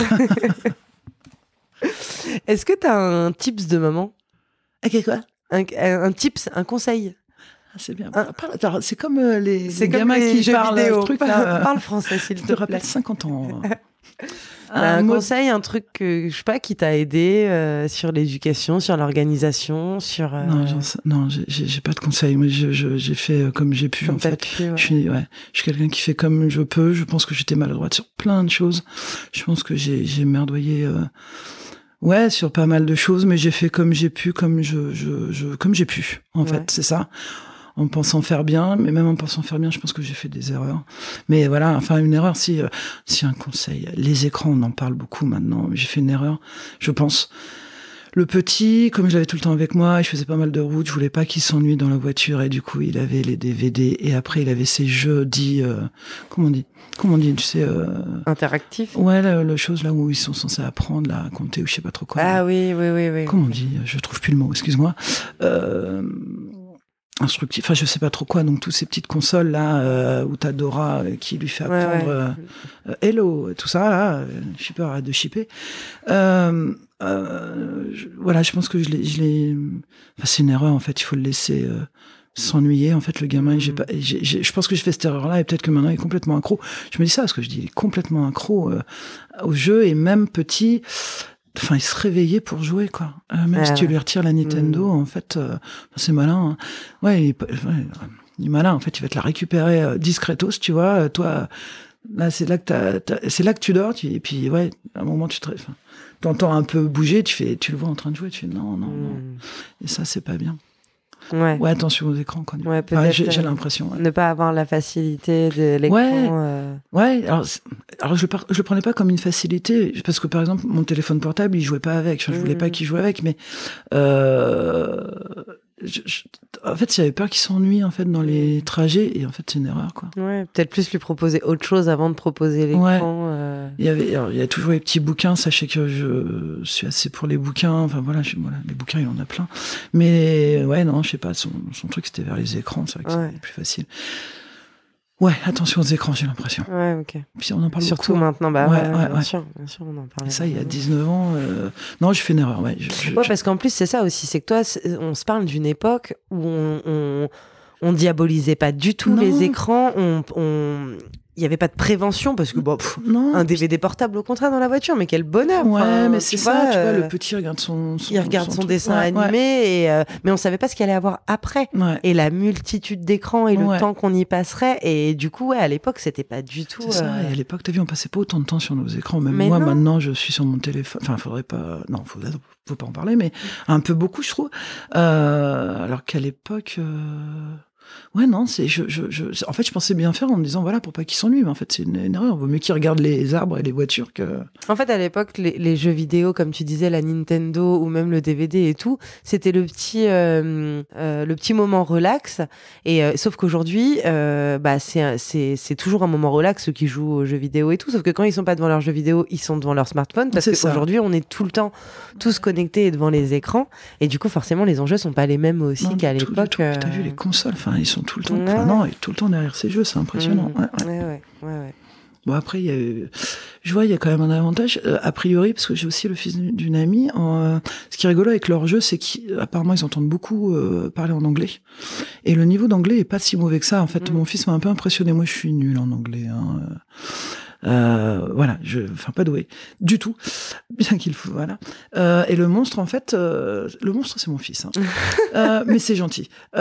Est-ce que t'as un tips de maman? Ok, quoi? Un tips, un conseil? Ah, c'est bien. C'est comme les gamins qui parlent vidéo. Truc, là, Parle français, s'il te plaît. Je te rappelle 50 ans. Un conseil, un truc que, je sais pas, qui t'a aidé sur l'éducation, sur l'organisation, sur... Non, j'ai pas de conseil. Moi, j'ai fait comme j'ai pu, comme en fait. Ouais. Je suis quelqu'un qui fait comme je peux. Je pense que j'étais maladroite sur plein de choses. Je pense que j'ai merdoyé... sur pas mal de choses, mais j'ai fait comme j'ai pu, comme j'ai pu. En fait, c'est ça. En pensant faire bien, mais même en pensant faire bien, je pense que j'ai fait des erreurs. Mais voilà, enfin une erreur, si un conseil, les écrans, on en parle beaucoup maintenant. J'ai fait une erreur, je pense. Le petit, comme je l'avais tout le temps avec moi, je faisais pas mal de routes, je voulais pas qu'il s'ennuie dans la voiture, et du coup, il avait les DVD, et après, il avait ses jeux dits, comment on dit, tu sais... Interactif. Ouais, la chose là où ils sont censés apprendre, là, à compter, ou je sais pas trop quoi. Ah oui. Comment on dit? Je trouve plus le mot, excuse-moi. Instructif, enfin je sais pas trop quoi, donc toutes ces petites consoles là où t'as Dora qui lui fait apprendre Hello, tout ça là, shipper, arrête de shipper. Voilà, je pense que je l'ai. Enfin, c'est une erreur en fait, il faut le laisser s'ennuyer. En fait, le gamin, je pense que j'ai fait cette erreur là et peut-être que maintenant il est complètement accro. Je me dis ça parce que je dis il est complètement accro au jeu et même petit. Enfin, il se réveillait pour jouer, quoi. Même si tu lui retires la Nintendo, en fait, c'est malin. Hein. Ouais, il est malin. En fait, il va te la récupérer discretos, tu vois. Toi, là, c'est là que tu dors. Et puis, ouais, à un moment, t'entends un peu bouger. Tu le vois en train de jouer. Tu fais non. Et ça, c'est pas bien. Ouais, attention aux écrans quand même. Ouais, peut-être, j'ai l'impression. Ouais. Ne pas avoir la facilité de l'écran. Ouais. Alors je le prenais pas comme une facilité parce que par exemple mon téléphone portable il jouait pas avec. Je voulais pas qu'il joue avec, mais en fait j'avais peur qu'il s'ennuie en fait dans les trajets et en fait c'est une erreur quoi. Ouais, peut-être plus lui proposer autre chose avant de proposer l'écran. Ouais. Il y a toujours les petits bouquins. Sachez que je suis assez pour les bouquins. Enfin voilà, les bouquins il y en a plein. Mais ouais non, je sais pas. Son truc c'était vers les écrans. C'est vrai que c'était plus facile. Ouais, attention aux écrans, j'ai l'impression. Ouais, ok. Puis on en parle surtout beaucoup. Maintenant, bien sûr, on en parle. Et ça, il y a 19 ans, non, j'ai fait une erreur, ouais. Parce qu'en plus, c'est ça aussi, c'est que toi, on se parle d'une époque où on diabolisait pas du tout les écrans, il n'y avait pas de prévention parce que un DVD portable au contraire dans la voiture, mais quel bonheur. Ouais, mais c'est ça, tu vois, le petit regarde son dessin animé, mais on savait pas ce qu'il allait avoir après. Ouais. Et la multitude d'écrans et le temps qu'on y passerait. Et du coup, à l'époque, c'était pas du tout. C'est ça, et à l'époque, t'as vu, on passait pas autant de temps sur nos écrans. Même moi, maintenant, je suis sur mon téléphone. Enfin, faudrait pas. Non, faut pas en parler, mais un peu beaucoup, je trouve. Alors qu'à l'époque. Ouais, non, en fait, je pensais bien faire en me disant, voilà, pour pas qu'ils s'ennuient, mais en fait, c'est une erreur. Il vaut mieux qu'ils regardent les arbres et les voitures que... En fait, à l'époque, les jeux vidéo, comme tu disais, la Nintendo ou même le DVD et tout, c'était le petit moment relax. Et sauf qu'aujourd'hui, c'est toujours un moment relax, ceux qui jouent aux jeux vidéo et tout. Sauf que quand ils sont pas devant leurs jeux vidéo, ils sont devant leur smartphone. Parce qu'aujourd'hui, on est tout le temps tous connectés devant les écrans. Et du coup, forcément, les enjeux sont pas les mêmes aussi qu'à l'époque. T'as vu les consoles, ils sont tout le temps, tout le temps derrière ces jeux, c'est impressionnant. Ouais. Bon, après, je vois, il y a quand même un avantage, a priori, parce que j'ai aussi le fils d'une amie. Ce qui est rigolo avec leurs jeux, c'est qu'apparemment, ils entendent beaucoup parler en anglais. Et le niveau d'anglais est pas si mauvais que ça. En fait, mon fils m'a un peu impressionné. Moi, je suis nulle en anglais. Voilà, pas doué du tout, bien qu'il faut, voilà. Et le monstre, en fait, c'est mon fils, hein. Mais c'est gentil. Et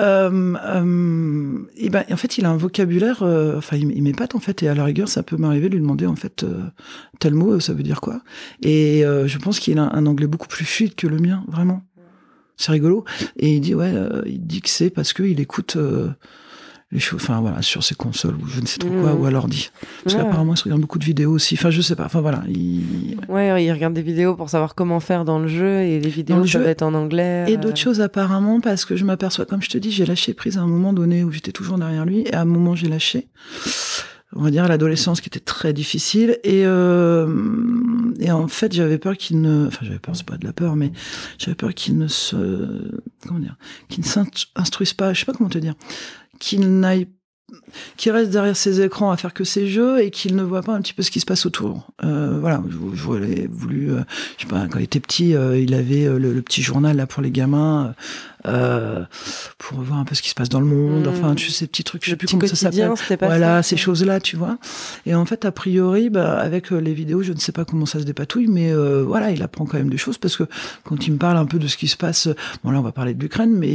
en fait, il a un vocabulaire, il m'épate en fait, et à la rigueur, ça peut m'arriver de lui demander en fait tel mot, ça veut dire quoi. Et je pense qu'il a un anglais beaucoup plus fluide que le mien, vraiment. C'est rigolo. Et il dit que c'est parce que il écoute. les choses, enfin voilà, sur ses consoles ou je ne sais trop quoi, ou à l'ordi. Parce qu'apparemment, il se regarde beaucoup de vidéos aussi. Enfin, je sais pas. Enfin voilà. Il regarde des vidéos pour savoir comment faire dans le jeu et les vidéos peuvent être en anglais. Et d'autres choses apparemment, parce que je m'aperçois, comme je te dis, j'ai lâché prise à un moment donné où j'étais toujours derrière lui, et à un moment j'ai lâché. On va dire à l'adolescence qui était très difficile, et en fait j'avais peur qu'il ne, enfin j'avais peur, c'est pas de la peur, mais j'avais peur qu'il ne qu'il ne s'instruise pas, je sais pas comment te dire, qu'il reste derrière ses écrans à faire que ses jeux et qu'il ne voit pas un petit peu ce qui se passe autour. Voilà, j'aurais voulu, je sais pas, quand il était petit, il avait le petit journal là pour les gamins, pour voir un peu ce qui se passe dans le monde. Enfin, tu sais, ces petits trucs, je sais plus comment ça s'appelle. Voilà, ces choses-là, tu vois. Et en fait, a priori, avec les vidéos, je ne sais pas comment ça se dépatouille, mais voilà, il apprend quand même des choses parce que quand il me parle un peu de ce qui se passe, bon là, on va parler de l'Ukraine, mais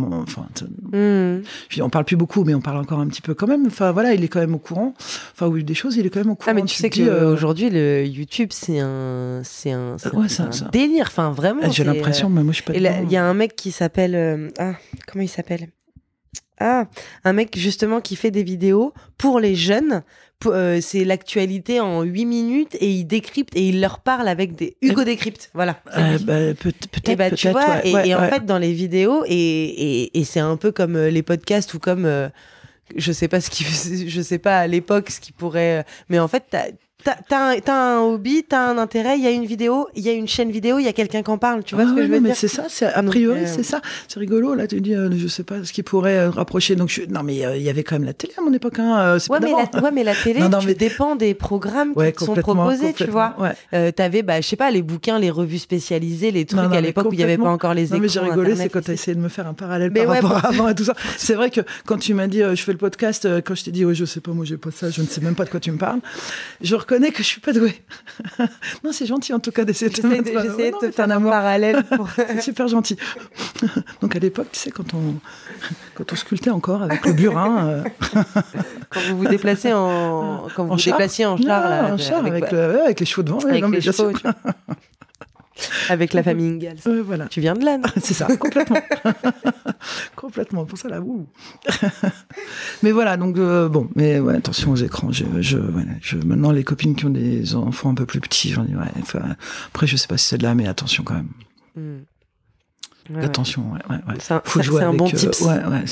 on parle plus beaucoup, mais on parle encore un petit peu quand même. Enfin voilà, il est quand même au courant. Enfin oui, des choses, il est quand même au courant. Ah mais tu sais qu'aujourd'hui le YouTube c'est un délire. Enfin vraiment. J'ai l'impression, mais moi je suis pas. Il y a un mec qui s'appelle comment il s'appelle ? Un mec justement qui fait des vidéos pour les jeunes. C'est l'actualité en 8 minutes et il décrypte et il leur parle avec des Hugo décrypte. Voilà. Peut-être. Tu vois. Et en fait dans les vidéos et c'est un peu comme les podcasts ou comme je sais pas à l'époque ce qui pourrait, mais en fait t'as un hobby, t'as un intérêt, il y a une vidéo, il y a une chaîne vidéo, il y a quelqu'un qui en parle, tu vois ce que je veux dire. Mais c'est ça, a priori c'est ça, c'est rigolo là, tu dis je sais pas ce qui pourrait rapprocher, donc non mais il y avait quand même la télé à mon époque, c'est pas d'avant. Mais la télé, dépend des programmes qui te sont proposés, tu vois. T'avais je sais pas les bouquins, les revues spécialisées, les trucs à l'époque où il y avait pas encore les écrans. Non mais j'ai rigolé, c'est quand t'as essayé de me faire un parallèle par rapport à avant et tout ça. C'est vrai que quand tu m'as dit je fais le podcast, quand je t'ai dit je sais pas, moi j'ai pas ça, je ne sais même pas de quoi tu me parles, je reconnais que je suis pas douée. Non, c'est gentil en tout cas d'essayer de te faire un parallèle. C'est super gentil. Donc à l'époque, tu sais, quand on sculptait encore avec le burin. Quand vous vous déplacez déplaciez en char. En char avec les chevaux devant. Avec les chevaux. Avec la famille Ingalls. Voilà. Tu viens de là, non ? C'est ça, complètement. Complètement, pour ça là, ouh. Mais voilà, donc mais ouais, attention aux écrans. Maintenant, les copines qui ont des enfants un peu plus petits, j'en dis après, je sais pas si c'est de là, mais attention quand même. Attention, faut jouer avec. C'est un bon tips.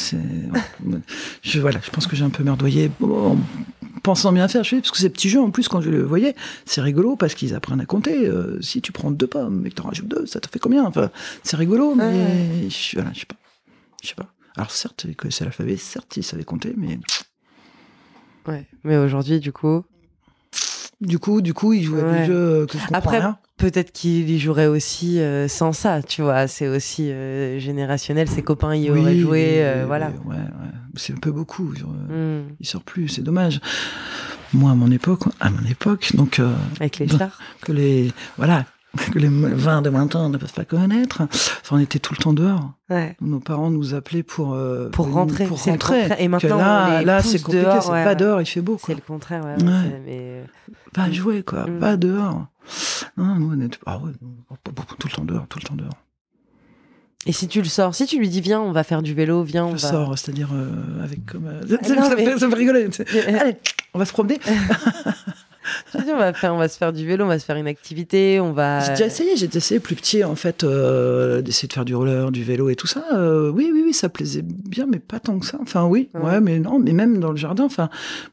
Je pense que j'ai un peu merdoyé en pensant bien faire, parce que ces petits jeux, en plus, quand je les voyais, c'est rigolo parce qu'ils apprennent à compter. Si tu prends 2 pommes et que t'en rajoutes 2, ça te fait combien ? Enfin, c'est rigolo, mais je sais pas. Alors certes, ils connaissaient l'alphabet, certes, ils savaient compter, mais... Ouais, mais aujourd'hui, du coup, ils jouaient à des jeux que je comprends après, rien. Peut-être qu'il y jouerait aussi sans ça, tu vois. C'est aussi générationnel. Ses copains y auraient joué, voilà. Ouais. C'est un peu beaucoup. Il sort plus, c'est dommage. Moi, à mon époque, donc... avec les stars. Que les 20 de 20 ans ne peuvent pas connaître. Enfin, on était tout le temps dehors. Ouais. Nos parents nous appelaient pour rentrer. C'est le contraire. Et maintenant, là c'est compliqué. Dehors, c'est pas dehors, il fait beau. Quoi. C'est le contraire. Pas jouer, quoi. Pas dehors. Non, nous, on était tout le temps dehors. Et si tu le sors, si tu lui dis viens, on va faire du vélo, viens, je sors, c'est-à-dire avec comme ça me rigoler. Allez, on va se promener. Je dis, on va se faire du vélo, on va se faire une activité, on va... J'ai déjà essayé plus petit, en fait, d'essayer de faire du roller, du vélo et tout ça. Oui, ça plaisait bien, mais pas tant que ça. Enfin, oui, mais non, mais même dans le jardin, enfin...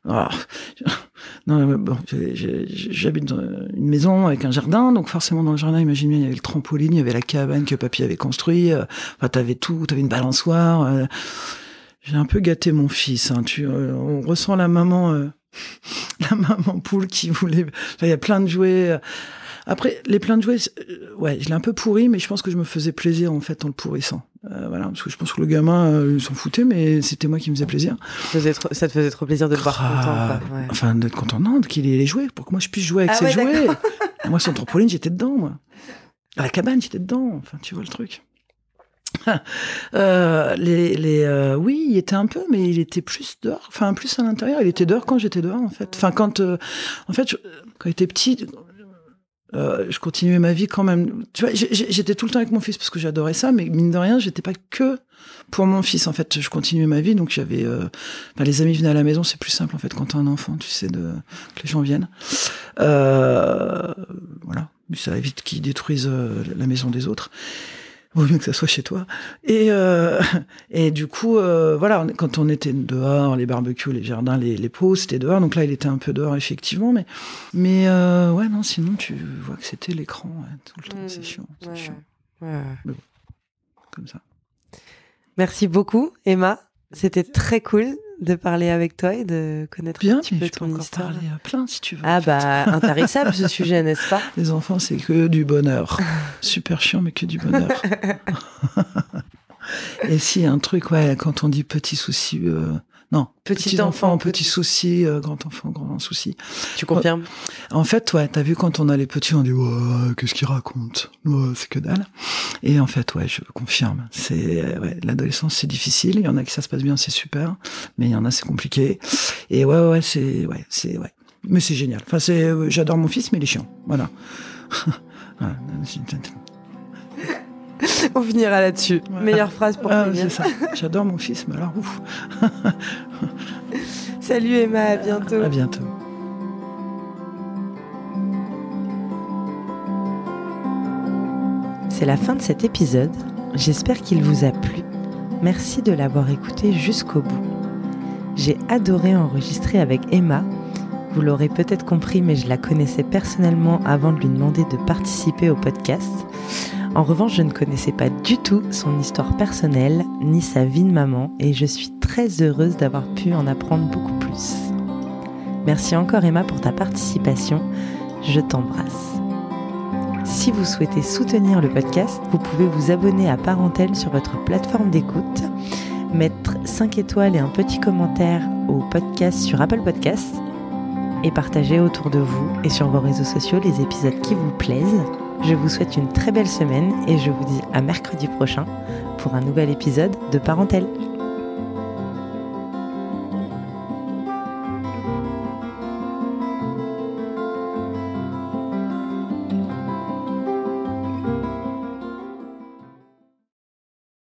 j'habite dans une maison avec un jardin, donc forcément dans le jardin, imagine bien, il y avait le trampoline, il y avait la cabane que papy avait construit, t'avais tout, t'avais une balançoire. J'ai un peu gâté mon fils, on ressent la maman poule qui voulait... il y a plein de jouets. Après, les plein de jouets, je l'ai un peu pourri, mais je pense que je me faisais plaisir, en fait, en le pourrissant. Parce que je pense que le gamin, il s'en foutait, mais c'était moi qui me faisais plaisir. Ça te faisait trop plaisir de le voir content, quoi. Ouais. Enfin, d'être content, non, qu'il ait les jouets, pour que moi je puisse jouer avec ses jouets. Moi, son trampoline, j'étais dedans, moi. À la cabane, j'étais dedans. Enfin, tu vois le truc. Oui, il était un peu, mais il était plus dehors, enfin plus à l'intérieur. Il était dehors quand j'étais dehors, en fait. Enfin, quand il était petit, je continuais ma vie quand même. Tu vois, j'étais tout le temps avec mon fils parce que j'adorais ça, mais mine de rien, j'étais pas que pour mon fils. En fait, je continuais ma vie, donc j'avais... les amis venaient à la maison, c'est plus simple en fait quand t'as un enfant, tu sais, que les gens viennent. Voilà, ça évite qu'ils détruisent la maison des autres. Vaut mieux que ça soit chez toi. Et du coup, voilà, quand on était dehors, les barbecues, les jardins, les pots, c'était dehors. Donc là, il était un peu dehors, effectivement. Mais ouais, non, sinon, tu vois que c'était l'écran tout le temps. C'est chiant. C'est chiant. Ouais. Mais bon, comme ça. Merci beaucoup, Emma. C'était très cool de parler avec toi et de connaître un petit peu ton histoire. Parler plein si tu veux. Ah bah, intarissable ce sujet, n'est-ce pas? Les enfants, c'est que du bonheur. Super chiant, mais que du bonheur. Et si, un truc, ouais, quand on dit petit souci... non, petit enfant, petit souci, grand enfant, grand souci. Tu confirmes? En fait, ouais, t'as vu, quand on a les petits, on dit « qu'est-ce qu'ils racontent ? C'est que dalle ». Et en fait, ouais, je confirme. L'adolescence, c'est difficile. Il y en a qui ça se passe bien, c'est super. Mais il y en a, c'est compliqué. Et ouais, c'est. Mais c'est génial. Enfin, j'adore mon fils, mais il est chiant. Voilà. On finira là-dessus. Ouais. Meilleure phrase pour finir. C'est ça. J'adore mon fils, mais alors ouf. Salut Emma, à bientôt. À bientôt. C'est la fin de cet épisode. J'espère qu'il vous a plu. Merci de l'avoir écouté jusqu'au bout. J'ai adoré enregistrer avec Emma. Vous l'aurez peut-être compris, mais je la connaissais personnellement avant de lui demander de participer au podcast. En revanche, je ne connaissais pas du tout son histoire personnelle, ni sa vie de maman, et je suis très heureuse d'avoir pu en apprendre beaucoup plus. Merci encore Emma pour ta participation, je t'embrasse. Si vous souhaitez soutenir le podcast, vous pouvez vous abonner à Parentèle sur votre plateforme d'écoute, mettre 5 étoiles et un petit commentaire au podcast sur Apple Podcasts, et partager autour de vous et sur vos réseaux sociaux les épisodes qui vous plaisent. Je vous souhaite une très belle semaine et je vous dis à mercredi prochain pour un nouvel épisode de Parentèle.